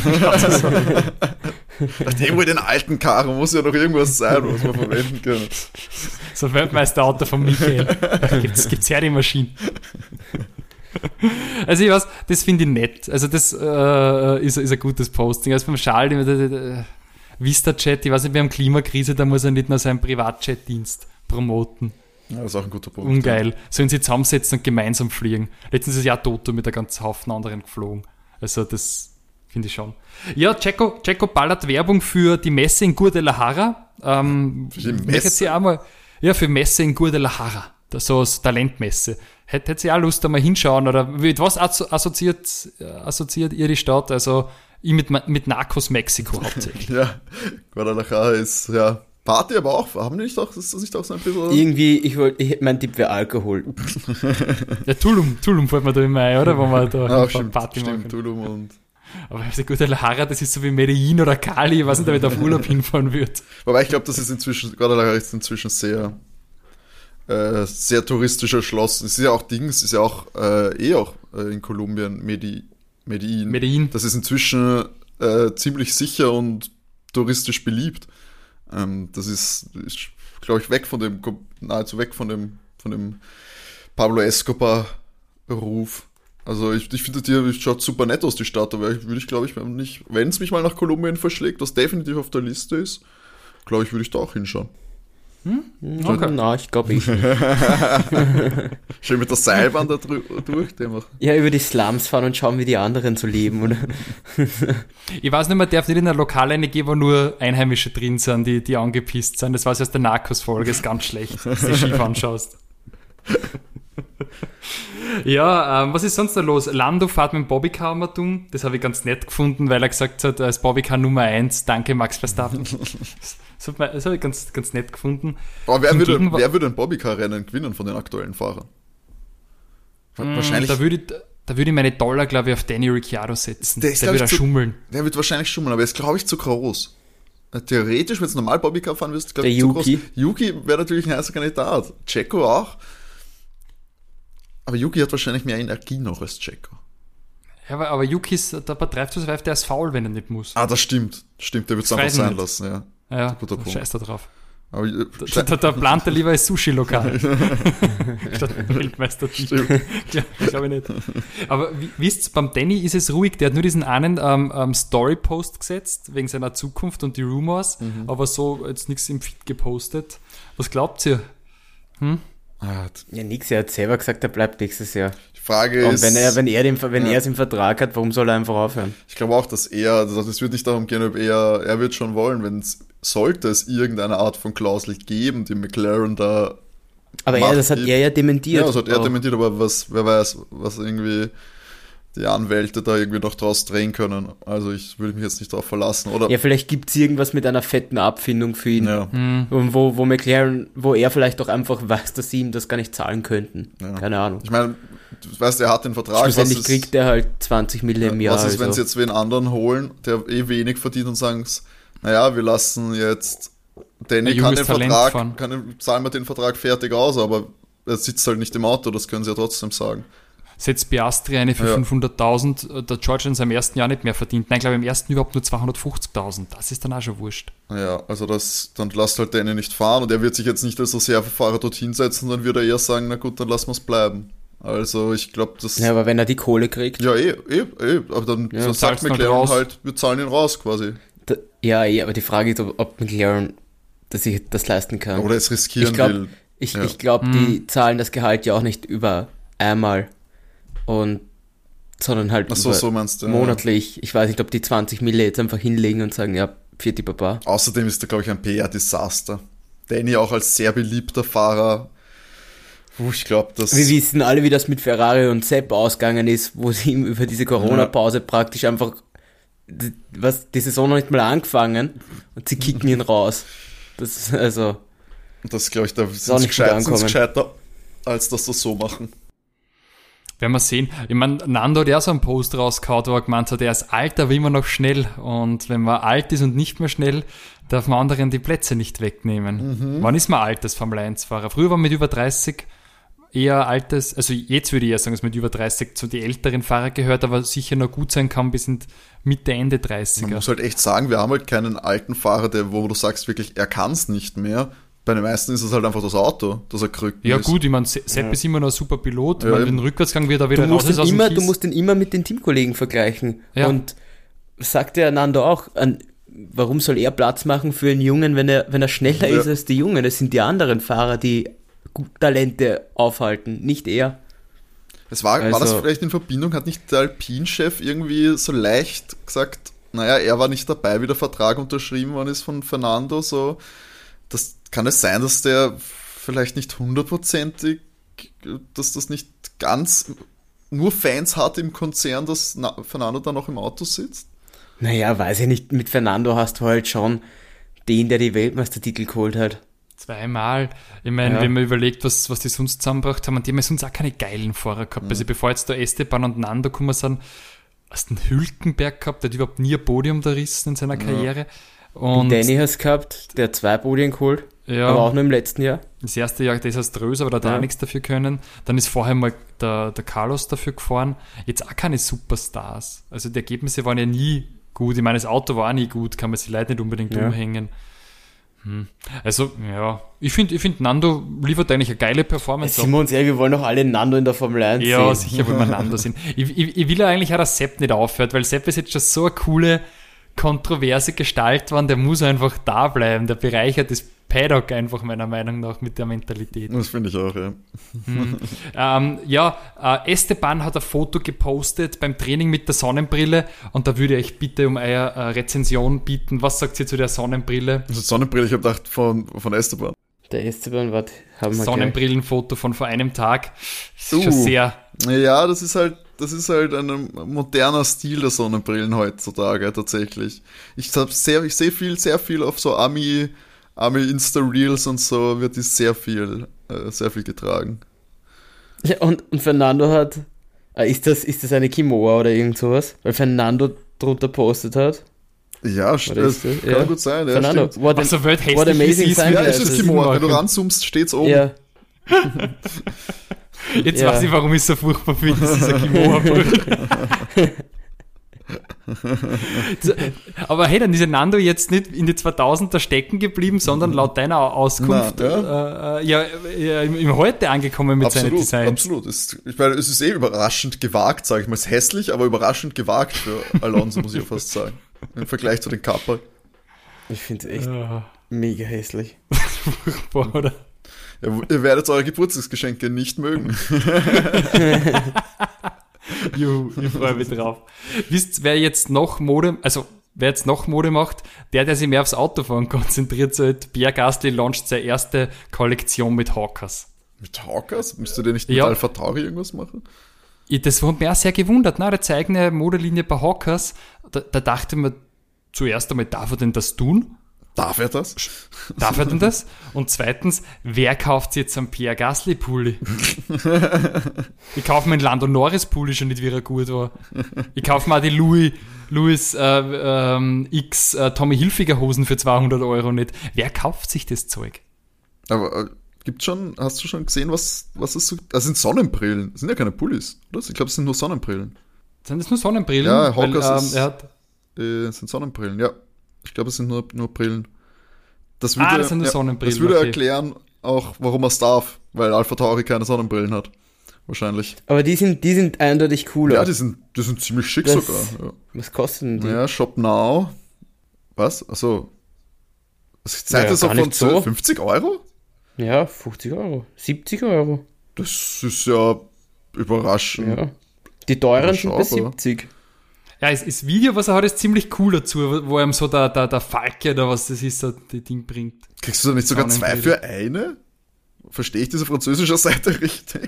Nachdem wir den alten Karren muss ja noch irgendwas sein, was wir verwenden können. So Weltmeisterauto von Michael. Gibt's, gibt's her die Maschine. Also ich weiß, das finde ich nett. Also das äh, ist, ist ein gutes Posting. Also beim Charles, der, der, der Vista-Chat, ich weiß nicht, wir haben Klimakrise, da muss er nicht nur seinen Privatchat-Dienst promoten. Ja, das ist auch ein guter Punkt. Ungeil. Ja. Sollen sie zusammensetzen und gemeinsam fliegen. Letztens ist ja Toto mit einem ganzen Haufen anderen geflogen. Also das finde ich schon. Ja, Checo, Checo ballert Werbung für die Messe in Guadalajara. Ähm, für die Messe? Sie auch mal, ja, für Messe in Guadalajara. Das so als Talentmesse. Hätt, hätt sie auch Lust, da mal hinschauen? Oder mit was assoziiert, assoziiert ihr die Stadt? Also ich mit, mit Narcos Mexiko hauptsächlich. Ja, Guadalajara ist, ja, Party, aber auch, haben die nicht auch, ist das nicht auch so ein bisschen... Irgendwie, ich wollte, ich, mein Tipp wäre Alkohol. Ja, Tulum, Tulum fällt mir da immer ein, oder? Wo man da ja, stimmt, Party stimmt, machen. Tulum und... Aber also Guadalajara, das ist so wie Medellin oder Cali, ich weiß nicht, ob ich da auf Urlaub hinfahren würde. Wobei ich glaube, das ist inzwischen, Guadalajara ist inzwischen sehr, äh, sehr touristisch erschlossen. Es ist ja auch Dings, es ist ja auch, äh, eh auch äh, in Kolumbien, Medi, Medellin. Medellin. Das ist inzwischen äh, ziemlich sicher und touristisch beliebt. Ähm, das ist, ist glaube ich, weg von dem, nahezu weg von dem, von dem Pablo Escobar-Ruf. Also ich, ich finde, die schaut super nett aus, die Stadt, aber würde ich, glaube ich, nicht, wenn es mich mal nach Kolumbien verschlägt, was definitiv auf der Liste ist, glaube ich, würde ich da auch hinschauen. Hm? Okay. Na, ich glaube ich. Schön mit der Seilbahn da drü- durch. Den ja, über die Slums fahren und schauen, wie die anderen so leben, oder? Ich weiß nicht, man darf nicht in einer Lokale gehen, wo nur Einheimische drin sind, die, die angepisst sind. Das war aus der Narcos-Folge, ist ganz schlecht, wenn du die schief anschaust. Ja, ähm, was ist sonst da los? Lando fährt mit dem Bobbycar mal dumm. Das habe ich ganz nett gefunden, weil er gesagt hat, als Bobbycar Nummer eins, danke Max Verstappen. Das, hat man, das habe ich ganz, ganz nett gefunden. Aber wer würde, wer würde ein Bobbycar-Rennen gewinnen von den aktuellen Fahrern? Mm, wahrscheinlich. Da würde ich, da würde ich meine Dollar, glaube ich, auf Danny Ricciardo setzen. Der, ist, der würde zu, schummeln. Der wird wahrscheinlich schummeln, aber er ist, glaube ich, zu groß. Theoretisch, wenn du normal Bobbycar fahren wirst, glaube ich, zu Yuki. groß. Yuki wäre natürlich ein heißer Kandidat. Checo auch. Aber Yuki hat wahrscheinlich mehr Energie noch als Checo. Ja, aber, aber Yuki ist, der betreibt so weit, der ist faul, wenn er nicht muss. Ah, das stimmt. Stimmt, der wird es einfach sein nicht. lassen, ja. Ja, scheiß da drauf. Aber, äh, da, da, da plant er lieber ein Sushi-Lokal. Statt Weltmeister-Titel. Ja, glaube ich nicht. Aber wie, wisst ihr, beim Danny ist es ruhig, der hat nur diesen einen ähm, ähm, Story-Post gesetzt, wegen seiner Zukunft und die Rumors, mhm. aber so jetzt nichts im Feed gepostet. Was glaubt ihr? Hm? Ja, nix, er hat selber gesagt, er bleibt nächstes Jahr. Die Frage und ist... wenn er, wenn er den, wenn ja. er es im Vertrag hat, warum soll er einfach aufhören? Ich glaube auch, dass er, also es wird nicht darum gehen, ob er, er wird schon wollen, wenn es, sollte es irgendeine Art von Klausel geben, die McLaren da Aber macht, er, das hat er ja dementiert. Ja, das hat er auch. dementiert, aber was, wer weiß, was irgendwie die Anwälte da irgendwie noch draus drehen können. Also ich würde mich jetzt nicht darauf verlassen, oder? Ja, vielleicht gibt es irgendwas mit einer fetten Abfindung für ihn. Ja. Mhm. Wo, wo McLaren, wo er vielleicht auch einfach weiß, dass sie ihm das gar nicht zahlen könnten. Ja. Keine Ahnung. Ich meine, du weißt, er hat den Vertrag. Schlussendlich was kriegt er halt zwanzig Millionen im Jahr. Was ist, wenn also. sie jetzt wen anderen holen, der eh wenig verdient und sagen, naja, wir lassen jetzt Danny kann den Vertrag, kann, zahlen wir den Vertrag fertig aus, aber er sitzt halt nicht im Auto, das können sie ja trotzdem sagen. setzt Piastri eine für Ja. fünfhunderttausend, der George in seinem ersten Jahr nicht mehr verdient. Nein, ich glaube im ersten überhaupt nur zweihundertfünfzigtausend. Das ist dann auch schon wurscht. Ja, also das, dann lasst halt Danny nicht fahren und er wird sich jetzt nicht als Reservefahrer dorthin setzen, dann wird er eher sagen, na gut, dann lassen wir es bleiben. Also ich glaube, das... Ja, aber wenn er die Kohle kriegt. Ja, eh, eh, eh, aber dann Ja, so dann sagt zahlst du halt McLaren raus. halt, wir zahlen ihn raus quasi. Da, ja, eh, aber die Frage ist, ob, ob McLaren dass sich das leisten kann. Oder es riskieren ich glaub, will. Ich, Ja. ich glaube, die zahlen das Gehalt ja auch nicht über einmal und sondern halt Ach so, über so meinst du. Ja. monatlich. Ich weiß nicht, ob die zwanzig Mille jetzt einfach hinlegen und sagen, ja, vierte Papa. Außerdem ist er, glaube ich, ein P R-Desaster. Danny auch als sehr beliebter Fahrer. Puh, ich glaube, dass... Wir wissen alle, wie das mit Ferrari und Sepp ausgegangen ist, wo sie ihm über diese Corona-Pause praktisch einfach die- was, die Saison noch nicht mal angefangen und sie kicken ihn raus. Das ist also... Das glaube ich, da auch sind nicht sie gescheit, gut ankommen. sind's gescheiter, als dass das so machen. Werden wir sehen. Ich meine, Nando hat ja so einen Post rausgehauen, wo er gemeint hat, er ist alt, aber immer noch schnell. Und wenn man alt ist und nicht mehr schnell, darf man anderen die Plätze nicht wegnehmen. Wann ist man alt als Formel eins Fahrer? Früher war man mit über dreißig eher altes, also jetzt würde ich eher sagen, dass mit über dreißig zu die älteren Fahrer gehört, aber sicher noch gut sein kann bis in Mitte, Ende Man dreißiger. muss halt echt sagen, wir haben halt keinen alten Fahrer, der, wo du sagst wirklich, er kann es nicht mehr. Bei den meisten ist es halt einfach das Auto, das er krückt. Ja ist. gut, ich meine, Se- Sepp ist immer noch ein super Pilot, Ja, weil eben. den Rückwärtsgang wird er wieder Du musst, raus ist ihn aus dem immer, Kies. du musst ihn immer mit den Teamkollegen vergleichen. Ja. Und sagt der Nando auch, an, warum soll er Platz machen für einen Jungen, wenn er, wenn er schneller Ja. ist als die Jungen? Das sind die anderen Fahrer, die gut Talente aufhalten, nicht er. Es war, war das Also- vielleicht in Verbindung, hat nicht der Alpine-Chef irgendwie so leicht gesagt, naja, er war nicht dabei, wie der Vertrag unterschrieben worden ist von Fernando, so, das kann es sein, dass der vielleicht nicht hundertprozentig, dass das nicht ganz nur Fans hat im Konzern, dass Na- Fernando da noch im Auto sitzt? Naja, weiß ich nicht, mit Fernando hast du halt schon den, der die Weltmeistertitel geholt hat. Zweimal. Ich meine, Ja. wenn man überlegt, was, was die sonst zusammengebracht haben, und die haben ja sonst auch keine geilen Fahrer gehabt. Also bevor jetzt da Esteban und Nando gekommen sind, hast du einen Hülkenberg gehabt, der hat überhaupt nie ein Podium da rissen in seiner Karriere. Und Danny hast gehabt, der hat zwei Podien geholt, ja, aber auch nur im letzten Jahr. das erste Jahr desaströs, aber da hat er Ja. auch nichts dafür können. Dann ist vorher mal der, der Carlos dafür gefahren. Jetzt auch keine Superstars. Also die Ergebnisse waren ja nie gut. Ich meine, das Auto war auch nie gut, kann man sich leider nicht unbedingt Ja. umhängen. Hm. Also, ja, ich finde, ich find, Nando liefert eigentlich eine geile Performance. Sind wir uns ehrlich, wir wollen doch alle Nando in der Formel eins Ja, sehen. sicher wollen wir Nando sehen. Ich, ich, ich will ja eigentlich auch, dass Sepp nicht aufhört, weil Sepp ist jetzt schon so eine coole, kontroverse Gestalt geworden, der muss einfach da bleiben. Der bereichert das Paddock einfach meiner Meinung nach mit der Mentalität. Das finde ich auch, ja. Ähm, ja, äh, Esteban hat ein Foto gepostet beim Training mit der Sonnenbrille und da würde ich bitte um eure äh, Rezension bieten. Was sagt ihr zu der Sonnenbrille? Also Sonnenbrille, ich habe gedacht, von, von Esteban. Der Esteban, warte, haben wir gleich. Sonnenbrillenfoto von vor einem Tag. Das ist Uh. schon sehr... Ja, das ist halt, das ist halt ein moderner Stil der Sonnenbrillen heutzutage tatsächlich. Ich hab sehr, ich sehe viel, sehr viel auf so Ami, Ami Insta-Reels und so wird die sehr viel, äh, sehr viel getragen. Ja, und, und Fernando hat, äh, ist das, ist das eine Kimoa oder irgend sowas? Weil Fernando drunter postet hat. Ja, st- Oder ist das das- kann ja. gut sein. Ja, Fernando, stimmt. what, Also, wird hässlich what wie amazing sie ist, Ja, wieder es ist Sinn Kimoa. Wenn du machen. ranzoomst, steht's oben. ja, Jetzt Ja. weiß ich, warum ich es so furchtbar finde, das ist ein Kimoa-Buch. So, aber hey, dann ist ja Nando jetzt nicht in die zweitausender stecken geblieben, sondern laut deiner Auskunft Na, äh, äh, ja, ja, im, im Heute angekommen mit seinen Absolut, Designs. absolut. Es, ich meine, es ist eh überraschend gewagt, sage ich mal. Es ist hässlich, aber überraschend gewagt für Alonso, muss ich fast sagen. Im Vergleich zu den Kappa. ich finde es echt Ja, mega hässlich. boah, oder? Ja, ihr werdet eure Geburtstagsgeschenke nicht mögen. Juhu, ich freue mich drauf. Wisst, wer jetzt noch Mode, also wer jetzt noch Mode macht, der, der sich mehr aufs Autofahren konzentriert, so hat Pierre Gasly launcht seine erste Kollektion mit Hawkers. Mit Hawkers? Müsst ihr nicht mit Ja. Alpha Tauri irgendwas machen? Ich, das hat mich auch sehr gewundert, ne? Der eigene Modelinie bei Hawkers, da, da dachte man zuerst einmal, darf er denn das tun? Darf er das? Darf er denn das? Und zweitens, wer kauft sich jetzt einen Pierre Gasly Pulli? Ich kaufe mir einen Lando Norris Pulli schon nicht, wie er gut war. Ich kaufe mir auch die Louis, Louis äh, ähm, X äh, Tommy Hilfiger Hosen für zweihundert Euro nicht. Wer kauft sich das Zeug? Aber äh, Gibt's schon, hast du schon gesehen, was, was ist so, das sind Sonnenbrillen, das sind ja keine Pullis, oder? Ich glaube, es sind nur Sonnenbrillen. Sind das nur Sonnenbrillen? Ja, Hawkers Weil, ähm, ist, er hat, äh, sind Sonnenbrillen, ja. Ich glaube, es sind nur, nur Brillen. Das Ah, das sind nur Sonnenbrillen, Das würde okay. erklären auch, warum er es darf, weil Alpha Tauri keine Sonnenbrillen hat. Wahrscheinlich. Aber die sind, die sind eindeutig cooler. Ja, die sind, die sind ziemlich schick Das- sogar. Ja. Was kosten die? Ja, Shop Now. Was? Achso. Was zeigt Ja, das auch gar von nicht so. fünfzig Euro? Ja, fünfzig Euro. siebzig Euro. Das ist ja überraschend. Ja. Die teuren sind bei Überschaubar. siebzig. ja, das, das Video, was er hat, ist ziemlich cool dazu, wo, wo ihm so der, der, der Falke oder was das ist, so die Ding bringt. Kriegst du da nicht sogar zwei Sonnenbrille. für eine? Verstehe ich diese französische Seite richtig?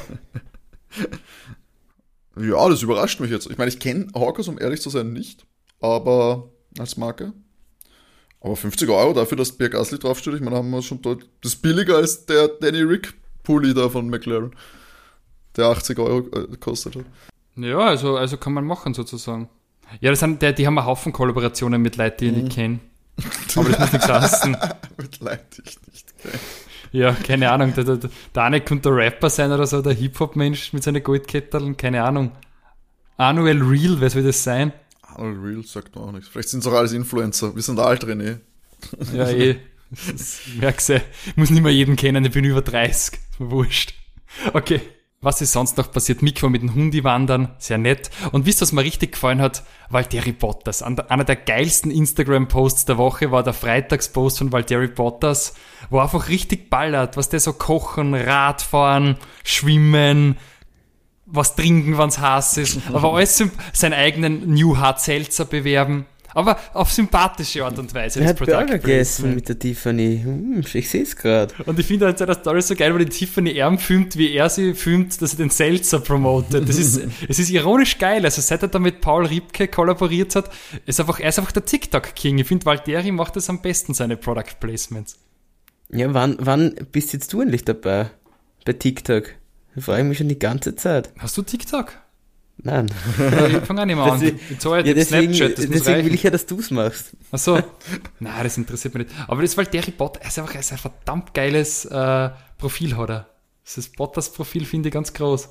Ja, das überrascht mich jetzt. Ich meine, ich kenne Hawkers, um ehrlich zu sein, nicht, aber als Marke. Aber fünfzig Euro dafür, dass Pierre Gasly draufsteht, ich meine, haben wir schon dort. Das ist billiger als der Danny Rick Pulli da von McLaren, der achtzig Euro äh, kostet hat. Ja, also, also kann man machen sozusagen. Ja, das sind, der, die haben einen Haufen Kollaborationen mit Leuten, die ich nicht kenne. Aber das muss nichts heißen. Mit Leid, die ich nicht kenne. Ja, keine Ahnung. Der, der, der eine könnte der Rapper sein oder so, der Hip-Hop-Mensch mit seinen Goldketteln, keine Ahnung. Anuel Real, wer soll das sein? Arnold Real sagt mir auch nichts. Vielleicht sind es auch alles Influencer. Wir sind alt, René. Ja, eh. Das merkst du, ich muss nicht mehr jeden kennen, ich bin über dreißig. Ist mir wurscht. Okay. Was ist sonst noch passiert? Mick war mit dem Hundi wandern, sehr nett. Und wisst ihr, was mir richtig gefallen hat? Valtteri Bottas. Einer der geilsten Instagram-Posts der Woche war der Freitagspost von Valtteri Bottas, wo er einfach richtig ballert, was der so kochen, Radfahren, schwimmen, was trinken, wenn's heiß ist. Aber alles symp- seinen eigenen New Hard Seltzer bewerben. Aber auf sympathische Art und Weise. Er das hat Product Burger gegessen Placement. mit der Tiffany. Hm, ich sehe es gerade. Und ich finde halt seine Story so geil, weil die Tiffany Erm filmt, wie er sie filmt, dass er den Seltzer promotet. Das ist, es ist ironisch geil. Also seit er da mit Paul Ripke kollaboriert hat, ist einfach, er ist einfach der TikTok-King. Ich finde, Valtteri macht das am besten, seine Product Placements. Ja, wann, wann bist jetzt du endlich dabei? Bei TikTok? Da frage ich mich schon die ganze Zeit. Hast du TikTok? Nein. Ich fange auch nicht mehr an. Deswegen- Ich zahle Ja, ja, deswegen, Snapchat, das muss deswegen will reichen. ich ja, dass du es machst. Achso. Nein, das interessiert mich nicht. Aber das Valtteri Bottas, er ist einfach er ist ein verdammt geiles äh, Profil, hat er. Das Bottas-Profil finde ich ganz groß.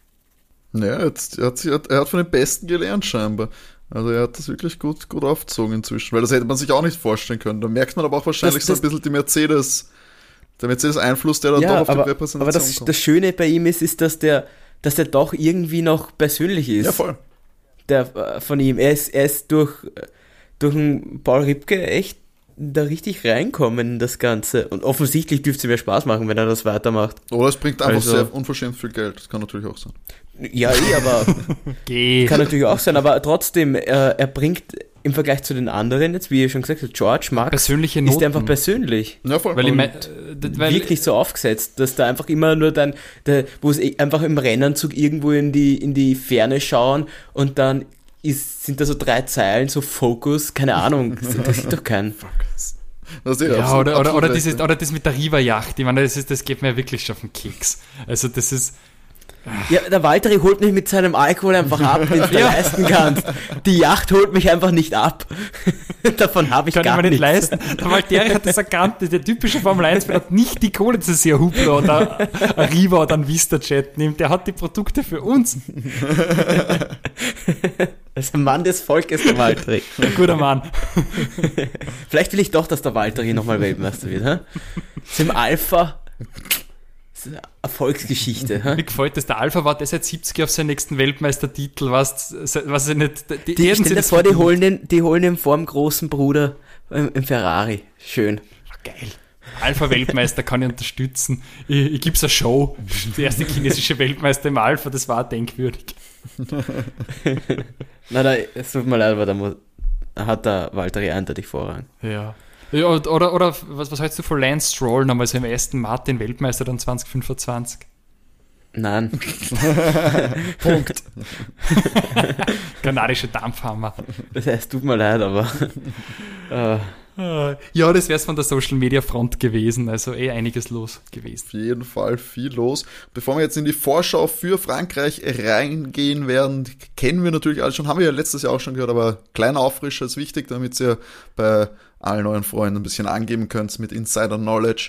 Ja, er hat, er, hat, er hat von den Besten gelernt scheinbar. Also er hat das wirklich gut, gut aufgezogen inzwischen, weil das hätte man sich auch nicht vorstellen können. Da merkt man aber auch wahrscheinlich Das- so das- ein bisschen die Mercedes, der Mercedes-Einfluss, der dann doch Ja, auf aber, die Repräsentation aber das, kommt. das Schöne bei ihm ist, ist, dass der, dass der doch irgendwie noch persönlich ist. Ja, voll. Der, äh, von ihm. Er ist, er ist durch, äh, durch den Paul Ripke echt da richtig reinkommen in das Ganze. Und offensichtlich dürfte es ihm ja Spaß machen, wenn er das weitermacht. Oder es bringt einfach Also- sehr unverschämt viel Geld. Das kann natürlich auch sein. Ja, eh, aber Geh. kann natürlich auch sein. Aber trotzdem, er, er bringt im Vergleich zu den anderen, jetzt wie ihr schon gesagt habt, George, Max, Persönliche Noten. ist er einfach persönlich. Ja, voll. Weil ich Und mein, äh, weil, wirklich so aufgesetzt, dass da einfach immer nur dann, der, wo es eh einfach im Rennanzug irgendwo in die, in die Ferne schauen und dann ist, sind da so drei Zeilen, so Fokus, keine Ahnung, das interessiert doch keinen. Das ist eh ja, absolut- oder, oder, absolut oder, recht, dieses, ja. oder das mit der Riva-Yacht. Ich meine, das, ist, das geht mir wirklich schon auf den Keks. Also das ist... Ja, der Valtteri holt mich mit seinem Alkohol einfach ab, wenn du dir Ja. leisten kannst. Die Yacht holt mich einfach nicht ab. Davon habe ich Kann ich gar mir nicht nichts. leisten. Der Valtteri hat das erkannt. Der typische Formel eins hat nicht die Kohle, dass er sich ein Hublot oder ein Riva oder ein Vista-Jet nimmt. Der hat die Produkte für uns. Das ist ein Mann des Volkes, der Valtteri. Ein guter Mann. Vielleicht will ich doch, dass der Valtteri nochmal Weltmeister wird. Hä? Das ist im Alpha. Das ist eine Erfolgsgeschichte. Hä? Mir gefällt das. Der Alpha war der seit siebzig auf seinen nächsten Weltmeistertitel. Was, was ich nicht... Die, Die, hätten stell sie dir das vor, die verdient. holen den, die holen den vorm großen Bruder im, im Ferrari. Schön. Geil. Alpha-Weltmeister kann ich unterstützen. Ich, ich gib's eine Show. Der erste chinesische Weltmeister im Alpha, das war denkwürdig. Na, da, es tut mir leid, aber da muss, da hat der Valtteri eindeutig Vorrang. Ja. Ja, oder, oder was, was hältst du von Lance Stroll nochmal so im ersten Martin Weltmeister dann zwanzig fünfundzwanzig? Nein. Punkt. Kanadische Dampfhammer. Das heißt, tut mir leid, aber äh, Ja, das wär's von der Social Media Front gewesen. Also eh einiges los gewesen. Auf jeden Fall viel los. Bevor wir jetzt in die Vorschau für Frankreich reingehen werden, die kennen wir natürlich alle schon, haben wir ja letztes Jahr auch schon gehört, aber kleiner Auffrischer ist wichtig, damit ihr bei allen neuen Freunden ein bisschen angeben könnt mit Insider Knowledge.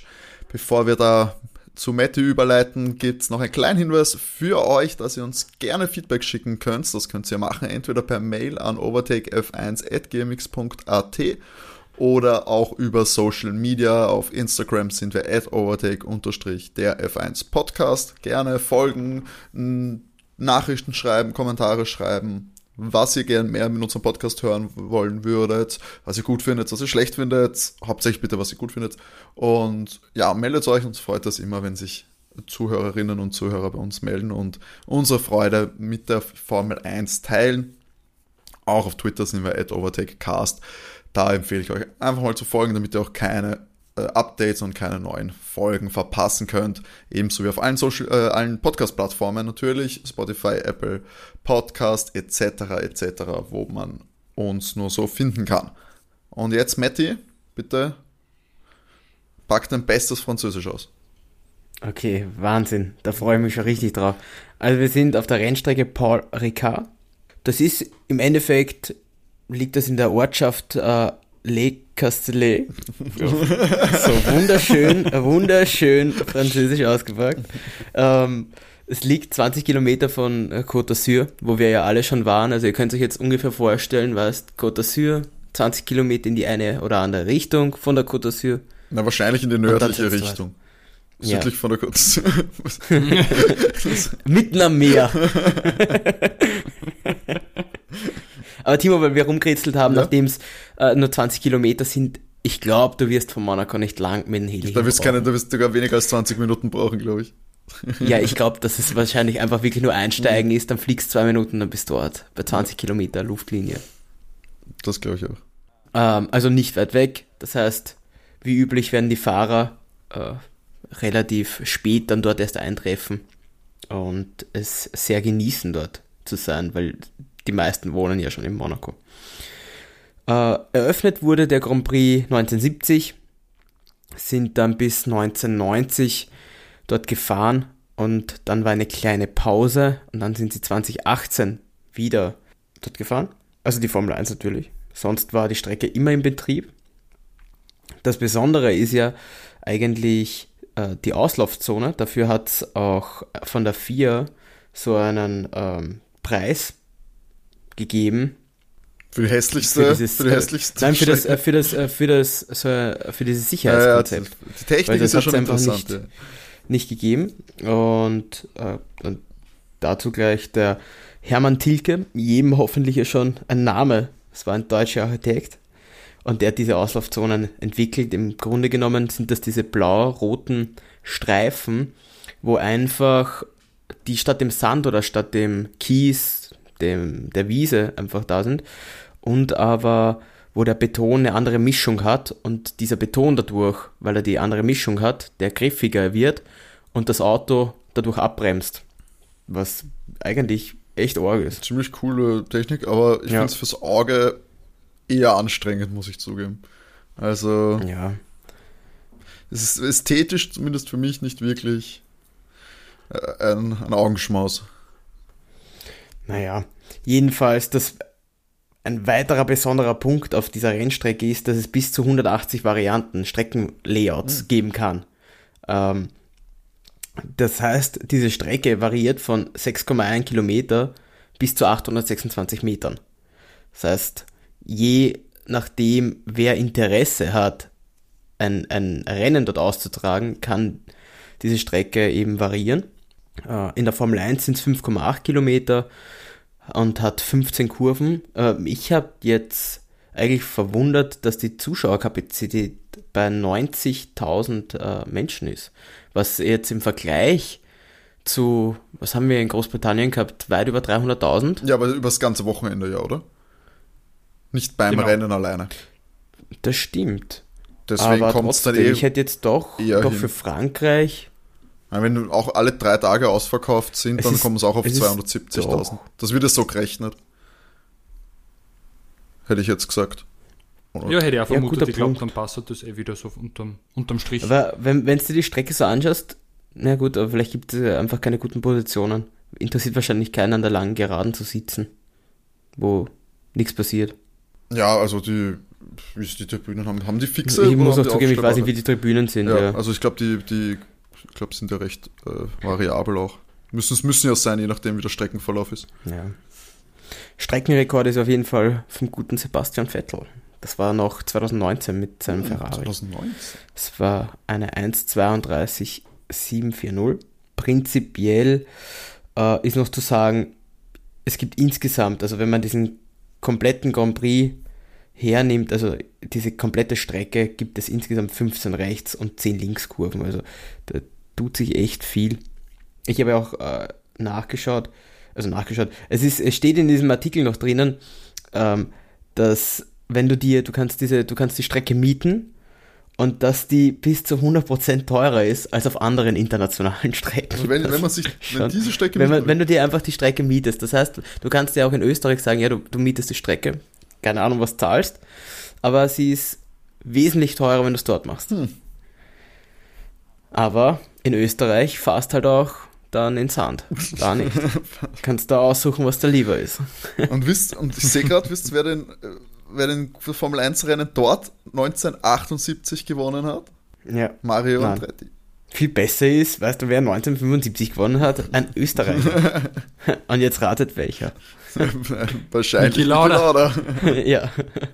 Bevor wir da zu Matti überleiten, gibt es noch einen kleinen Hinweis für euch, dass ihr uns gerne Feedback schicken könnt. Das könnt ihr machen, entweder per Mail an overtake f eins at g m x punkt a t oder auch über Social Media. Auf Instagram sind wir at overtake der F eins Podcast. Gerne folgen, Nachrichten schreiben, Kommentare schreiben, was ihr gerne mehr mit unserem Podcast hören wollen würdet, was ihr gut findet, was ihr schlecht findet, hauptsächlich bitte, was ihr gut findet. Und ja, meldet euch, uns freut das immer, wenn sich Zuhörerinnen und Zuhörer bei uns melden und unsere Freude mit der Formel eins teilen. Auch auf Twitter sind wir at overtakecast. Da empfehle ich euch einfach mal zu folgen, damit ihr auch keine äh, Updates und keine neuen Folgen verpassen könnt. Ebenso wie auf allen, Social, äh, allen Podcast-Plattformen natürlich, Spotify, Apple Podcast et cetera et cetera, wo man uns nur so finden kann. Und jetzt, Matti, bitte pack dein bestes Französisch aus. Okay, Wahnsinn, da freue ich mich schon richtig drauf. Also wir sind auf der Rennstrecke Paul Ricard. Das ist im Endeffekt, liegt das in der Ortschaft äh, Le Castellet. So wunderschön, wunderschön französisch ausgepackt. Ähm, es liegt zwanzig Kilometer von Côte d'Azur, wo wir ja alle schon waren. Also ihr könnt euch jetzt ungefähr vorstellen, was Côte d'Azur, zwanzig Kilometer in die eine oder andere Richtung von der Côte d'Azur. Na, wahrscheinlich in die nördliche Richtung. Südlich ja. Von der Côte d'Azur. Mitten am Meer. Aber Timo, weil wir rumgerätselt haben, ja. nachdem es äh, nur zwanzig Kilometer sind, ich glaube, du wirst von Monaco nicht lang mit dem Heli. Da wirst keine, du wirst sogar weniger als zwanzig Minuten brauchen, glaube ich. Ja, ich glaube, dass es wahrscheinlich einfach wirklich nur einsteigen ist, dann fliegst du zwei Minuten, dann bist du dort. Bei zwanzig Kilometer Luftlinie. Das glaube ich auch. Ähm, also nicht weit weg. Das heißt, wie üblich werden die Fahrer äh, relativ spät dann dort erst eintreffen und es sehr genießen, dort zu sein, weil die meisten wohnen ja schon in Monaco. Äh, eröffnet wurde der Grand Prix neunzehnhundertsiebzig, sind dann bis neunzehnhundertneunzig dort gefahren und dann war eine kleine Pause und dann sind sie zwanzig achtzehn wieder dort gefahren. Also die Formel eins natürlich. Sonst war die Strecke immer in Betrieb. Das Besondere ist ja eigentlich äh, die Auslaufzone. Dafür hat es auch von der F I A so einen ähm, Preis gegeben. Für die hässlichste, für, dieses, für die hässlichste Nein, für das, äh, für das, äh, für das, so, äh, für dieses Sicherheitskonzept. Ja, ja, die Technik ist ja schon interessant. Nicht, ja. nicht gegeben. Und, äh, und dazu gleich der Hermann Tilke, jedem hoffentlich ja schon ein Name. Es war ein deutscher Architekt. Und der hat diese Auslaufzonen entwickelt. Im Grunde genommen sind das diese blau-roten Streifen, wo einfach die statt dem Sand oder statt dem Kies, dem, der Wiese einfach da sind. Und aber, wo der Beton eine andere Mischung hat und dieser Beton dadurch, weil er die andere Mischung hat, der griffiger wird und das Auto dadurch abbremst. Was eigentlich echt arg ist. Ziemlich coole Technik, aber ich ja. finde es fürs Auge eher anstrengend, muss ich zugeben. Also, ja. Es ist ästhetisch zumindest für mich nicht wirklich ein, ein Augenschmaus. Naja, jedenfalls, das ein weiterer besonderer Punkt auf dieser Rennstrecke ist, dass es bis zu hundertachtzig Varianten, Streckenlayouts mhm. geben kann. Ähm, das heißt, diese Strecke variiert von sechs Komma eins Kilometer bis zu achthundertsechsundzwanzig Metern. Das heißt, je nachdem, wer Interesse hat, ein, ein Rennen dort auszutragen, kann diese Strecke eben variieren. Äh, in der Formel eins sind es fünf Komma acht Kilometer und hat fünfzehn Kurven. Äh, ich habe jetzt eigentlich verwundert, dass die Zuschauerkapazität bei neunzigtausend äh, Menschen ist. Was jetzt im Vergleich zu, was haben wir in Großbritannien gehabt, weit über dreihunderttausend? Ja, aber über das ganze Wochenende, ja, oder? Nicht beim genau. Rennen alleine. Das stimmt. Deswegen aber kommt es dann trotzdem, eh ich hätte jetzt doch, doch für Frankreich. Ja, wenn auch alle drei Tage ausverkauft sind, dann kommen es auch auf zweihundertsiebzigtausend. Das wird es so gerechnet. Hätte ich jetzt gesagt. Oder? Ja, hätte ich auch vermutet. Ja, ich glaube, dann passt das eh wieder so unterm, unterm Strich. Aber wenn du dir die Strecke so anschaust, na gut, aber vielleicht gibt es einfach keine guten Positionen. Interessiert wahrscheinlich keinen, an der langen Geraden zu sitzen, wo nichts passiert. Ja, also die wie ist die Tribünen haben? Haben die fixe? Ich oder muss haben auch die zugeben, ich weiß nicht, Aufstellbare? wie die Tribünen sind. Ja, Ja. also ich glaube, die, die ich glaube, sind ja recht äh, variabel auch. Müssen, es müssen ja sein, je nachdem, wie der Streckenverlauf ist. Ja. Streckenrekord ist auf jeden Fall vom guten Sebastian Vettel. Das war noch zwanzig neunzehn mit seinem Ferrari. zwanzig neunzehn? Es war eine eins zweiunddreißig siebenhundertvierzig. Prinzipiell äh, ist noch zu sagen, es gibt insgesamt, also wenn man diesen kompletten Grand Prix hernimmt, also diese komplette Strecke, gibt es insgesamt fünfzehn Rechts- und zehn Linkskurven. Also da tut sich echt viel. Ich habe auch äh, nachgeschaut, also nachgeschaut, es, ist, es steht in diesem Artikel noch drinnen, ähm, dass wenn du dir, du kannst diese, du kannst die Strecke mieten und dass die bis zu hundert Prozent teurer ist als auf anderen internationalen Strecken. Also wenn, wenn man sich, wenn Schon. diese Strecke Wenn, man, mieten wenn du dir einfach die Strecke mietest, das heißt, du kannst dir auch in Österreich sagen, ja, du, du mietest die Strecke, keine Ahnung, was zahlst, aber sie ist wesentlich teurer, wenn du es dort machst. Hm. Aber in Österreich fahrst halt auch dann in Sand. Da nicht. Kannst da aussuchen, was da lieber ist. Und wisst, und ich sehe gerade, wisst wer den, äh, wer den Formel eins Rennen dort neunzehnhundertachtundsiebzig gewonnen hat? Ja. Mario Nein. Andretti. Viel besser ist, weißt du, wer neunzehnhundertfünfundsiebzig gewonnen hat? Ein Österreicher. Und jetzt ratet welcher. Wahrscheinlich Niki Lauda. Ja.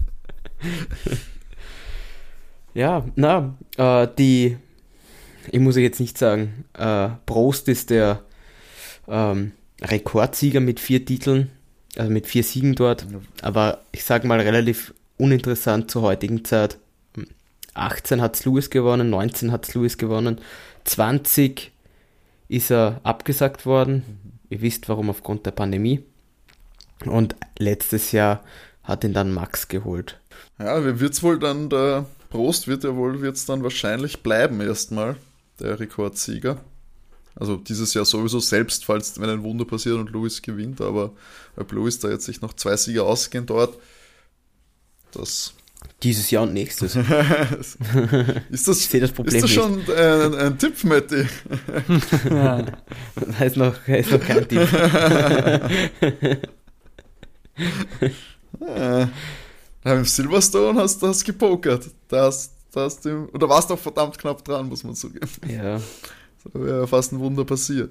Ja, na, äh, die, ich muss jetzt nicht sagen, äh, Prost ist der ähm, Rekordsieger mit vier Titeln, also mit vier Siegen dort, aber ich sag mal relativ uninteressant zur heutigen Zeit. achtzehn hat Lewis gewonnen, neunzehn hat Lewis gewonnen, zwanzig ist er abgesagt worden. Ihr wisst warum, aufgrund der Pandemie. Und letztes Jahr hat ihn dann Max geholt. Ja, wer wird's wohl dann, der Prost wird ja wohl, wird's dann wahrscheinlich bleiben erstmal, der Rekordsieger. Also dieses Jahr sowieso selbst, falls wenn ein Wunder passiert und Lewis gewinnt, aber ob Lewis da jetzt sich noch zwei Sieger ausgehen dort, das... Dieses Jahr und nächstes. ist das, Ich sehe das Problem ist das schon ein, ein Tipp, Matti? Ja. Da ist noch, da ist noch kein Tipp. Ja. Im Silverstone hast du gepokert. Da hast, da hast du, oder warst auch verdammt knapp dran, muss man zugeben. Ja. Da wäre fast ein Wunder passiert.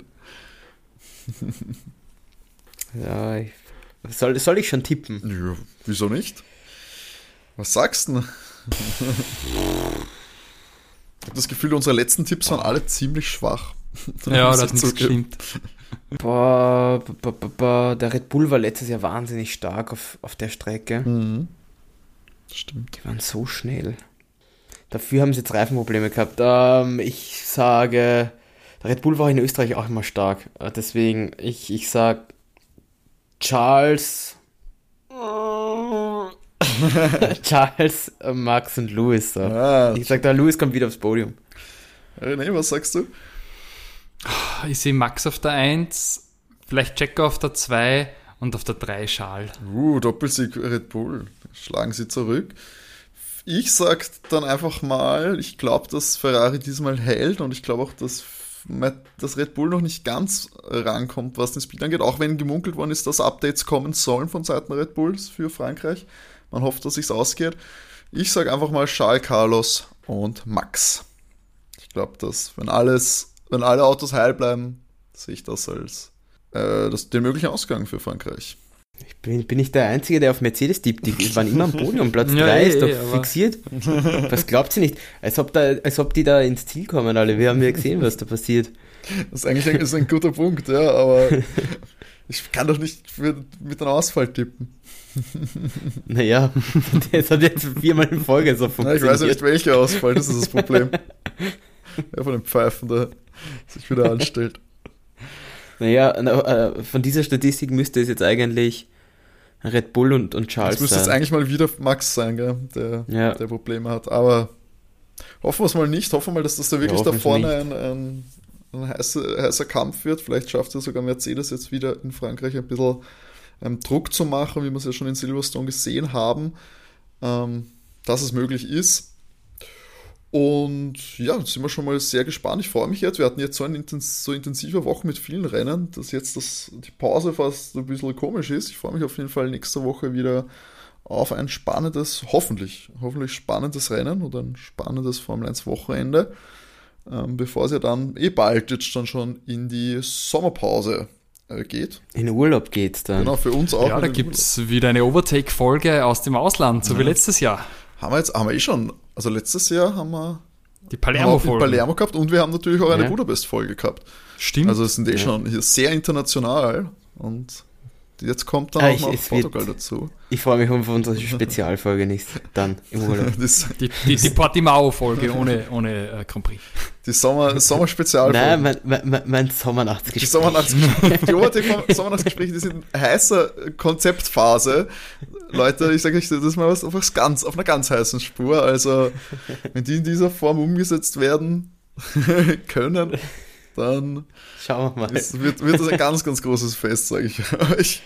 Ja, ich, soll, soll ich schon tippen? Ja, wieso nicht? Was sagst du denn? Ich habe das Gefühl, unsere letzten Tipps waren alle ziemlich schwach. Ja, Muss das ich hat nichts zugeben. gestimmt. Boah, boah, boah, boah, der Red Bull war letztes Jahr wahnsinnig stark auf, auf der Strecke. Mhm. Stimmt. Die waren so schnell. Dafür haben sie jetzt Reifenprobleme gehabt. Ähm, ich sage, der Red Bull war in Österreich auch immer stark. Äh, Deswegen, ich, ich sag Charles, Charles, äh, Max und Lewis. So. Ah, Ich sag da, Lewis kommt wieder aufs Podium. René, was sagst du? Ich sehe Max auf der eins, vielleicht Checo auf der zwei und auf der drei Charles. Uh, Doppelsieg Red Bull. Schlagen sie zurück. Ich sag dann einfach mal, ich glaube, dass Ferrari diesmal hält und ich glaube auch, dass dass Red Bull noch nicht ganz rankommt, was den Speed angeht, auch wenn gemunkelt worden ist, dass Updates kommen sollen von Seiten Red Bulls für Frankreich. Man hofft, dass sich's ausgeht. Ich sage einfach mal Charles, Carlos und Max. Ich glaube, dass wenn alles, wenn alle Autos heil bleiben, sehe ich das als äh, das, den möglichen Ausgang für Frankreich. Ich bin, bin ich der Einzige, der auf Mercedes tippt. Die waren immer am Podium. Platz Ja, drei eh, ist doch eh, aber- fixiert. Was glaubt sie nicht? Als ob, da, als ob die da ins Ziel kommen, alle. Wir haben ja gesehen, was da passiert. Das ist eigentlich ein, ist ein guter Punkt, ja, aber ich kann doch nicht für, mit einem Ausfall tippen. Naja, das hat jetzt viermal in Folge so Na, ich funktioniert. weiß ja nicht, welcher Ausfall, das ist das Problem. Wer von den Pfeifen da sich wieder anstellt. Naja, na, äh, von dieser Statistik müsste es jetzt eigentlich Red Bull und, und Charles Das müsste jetzt sein. eigentlich mal wieder Max sein, gell, der, Ja. der Probleme hat. Aber hoffen wir es mal nicht. Hoffen wir mal, dass das da wirklich Ja, da hoffen vorne wir's ein, ein, ein heißer, heißer Kampf wird. Vielleicht schafft ja sogar Mercedes jetzt wieder in Frankreich ein bisschen ähm, Druck zu machen, wie wir es ja schon in Silverstone gesehen haben, ähm, dass es möglich ist. Und ja, sind wir schon mal sehr gespannt. Ich freue mich jetzt. Wir hatten jetzt so eine intens so intensive Woche mit vielen Rennen, dass jetzt das, die Pause fast ein bisschen komisch ist. Ich freue mich auf jeden Fall nächste Woche wieder auf ein spannendes, hoffentlich, hoffentlich spannendes Rennen oder ein spannendes Formel eins Wochenende, ähm, bevor es ja dann eh bald jetzt dann schon in die Sommerpause äh, geht. In Urlaub geht's dann. Genau, für uns auch. Ja, da gibt es wieder eine Overtake-Folge aus dem Ausland, so ja. wie letztes Jahr. Haben wir jetzt, haben wir eh schon, also letztes Jahr haben wir Die Palermo-Folge. Palermo gehabt und wir haben natürlich auch eine Ja. Budapest-Folge gehabt. Stimmt. Also es sind eh Ja. schon hier sehr international und jetzt kommt dann Ah, auch ich- noch es wird- Portugal dazu. Ich freue mich auf unsere Spezialfolge nicht dann im Urlaub. Das, die, die, die Portimao-Folge ohne, ohne äh, Grand Prix. die Sommer, Sommerspezialfolge. Nein, mein, mein, mein, mein Die Sommernachtsgespräch. Sommernachtsgespräche, die Overtake Sommernachtsgespräche, die sind in heißer Konzeptphase. Leute, ich sage euch, das ist mal was auf, was ganz, auf einer ganz heißen Spur. Also, wenn die in dieser Form umgesetzt werden können, dann Schauen wir mal. ist, wird, wird das ein ganz, ganz großes Fest, sage ich euch.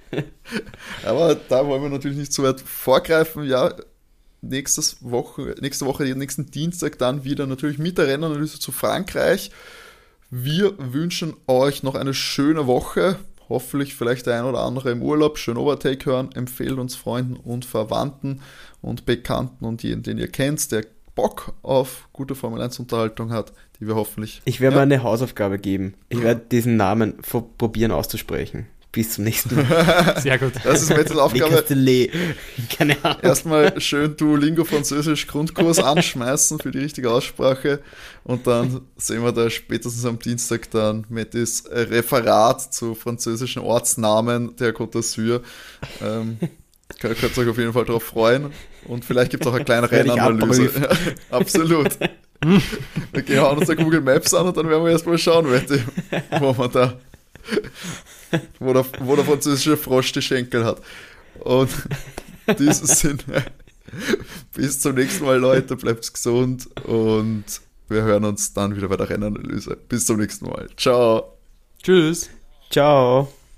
Aber da wollen wir natürlich nicht zu weit vorgreifen. Ja, nächstes Woche, nächste Woche, nächsten Dienstag dann wieder natürlich mit der Rennanalyse zu Frankreich. Wir wünschen euch noch eine schöne Woche. Hoffentlich vielleicht der ein oder andere im Urlaub. Schön Overtake hören. Empfehlt uns Freunden und Verwandten und Bekannten und jeden, den ihr kennt, der Bock auf gute Formel eins Unterhaltung hat, die wir hoffentlich... Ich werde Ja. mal eine Hausaufgabe geben. Ich werde diesen Namen vor- probieren auszusprechen. Bis zum nächsten Mal. Sehr gut. Das ist Mettels Le Aufgabe. Castellet. Keine Ahnung. Erstmal schön Duolingo Französisch Grundkurs anschmeißen für die richtige Aussprache und dann sehen wir da spätestens am Dienstag dann Mettis Referat zu französischen Ortsnamen der Côte d'Azur. Ähm, könnt, könnt ihr euch auf jeden Fall darauf freuen und vielleicht gibt es auch eine kleine Das werde ich Rennanalyse. Absolut. Wir gehen uns da Google Maps an und dann werden wir erstmal schauen, Metti, wo man da wo der, wo der französische Frosch die Schenkel hat. Und in diesem Sinne, bis zum nächsten Mal, Leute, bleibt gesund und wir hören uns dann wieder bei der Rennanalyse. Bis zum nächsten Mal. Ciao. Tschüss. Ciao.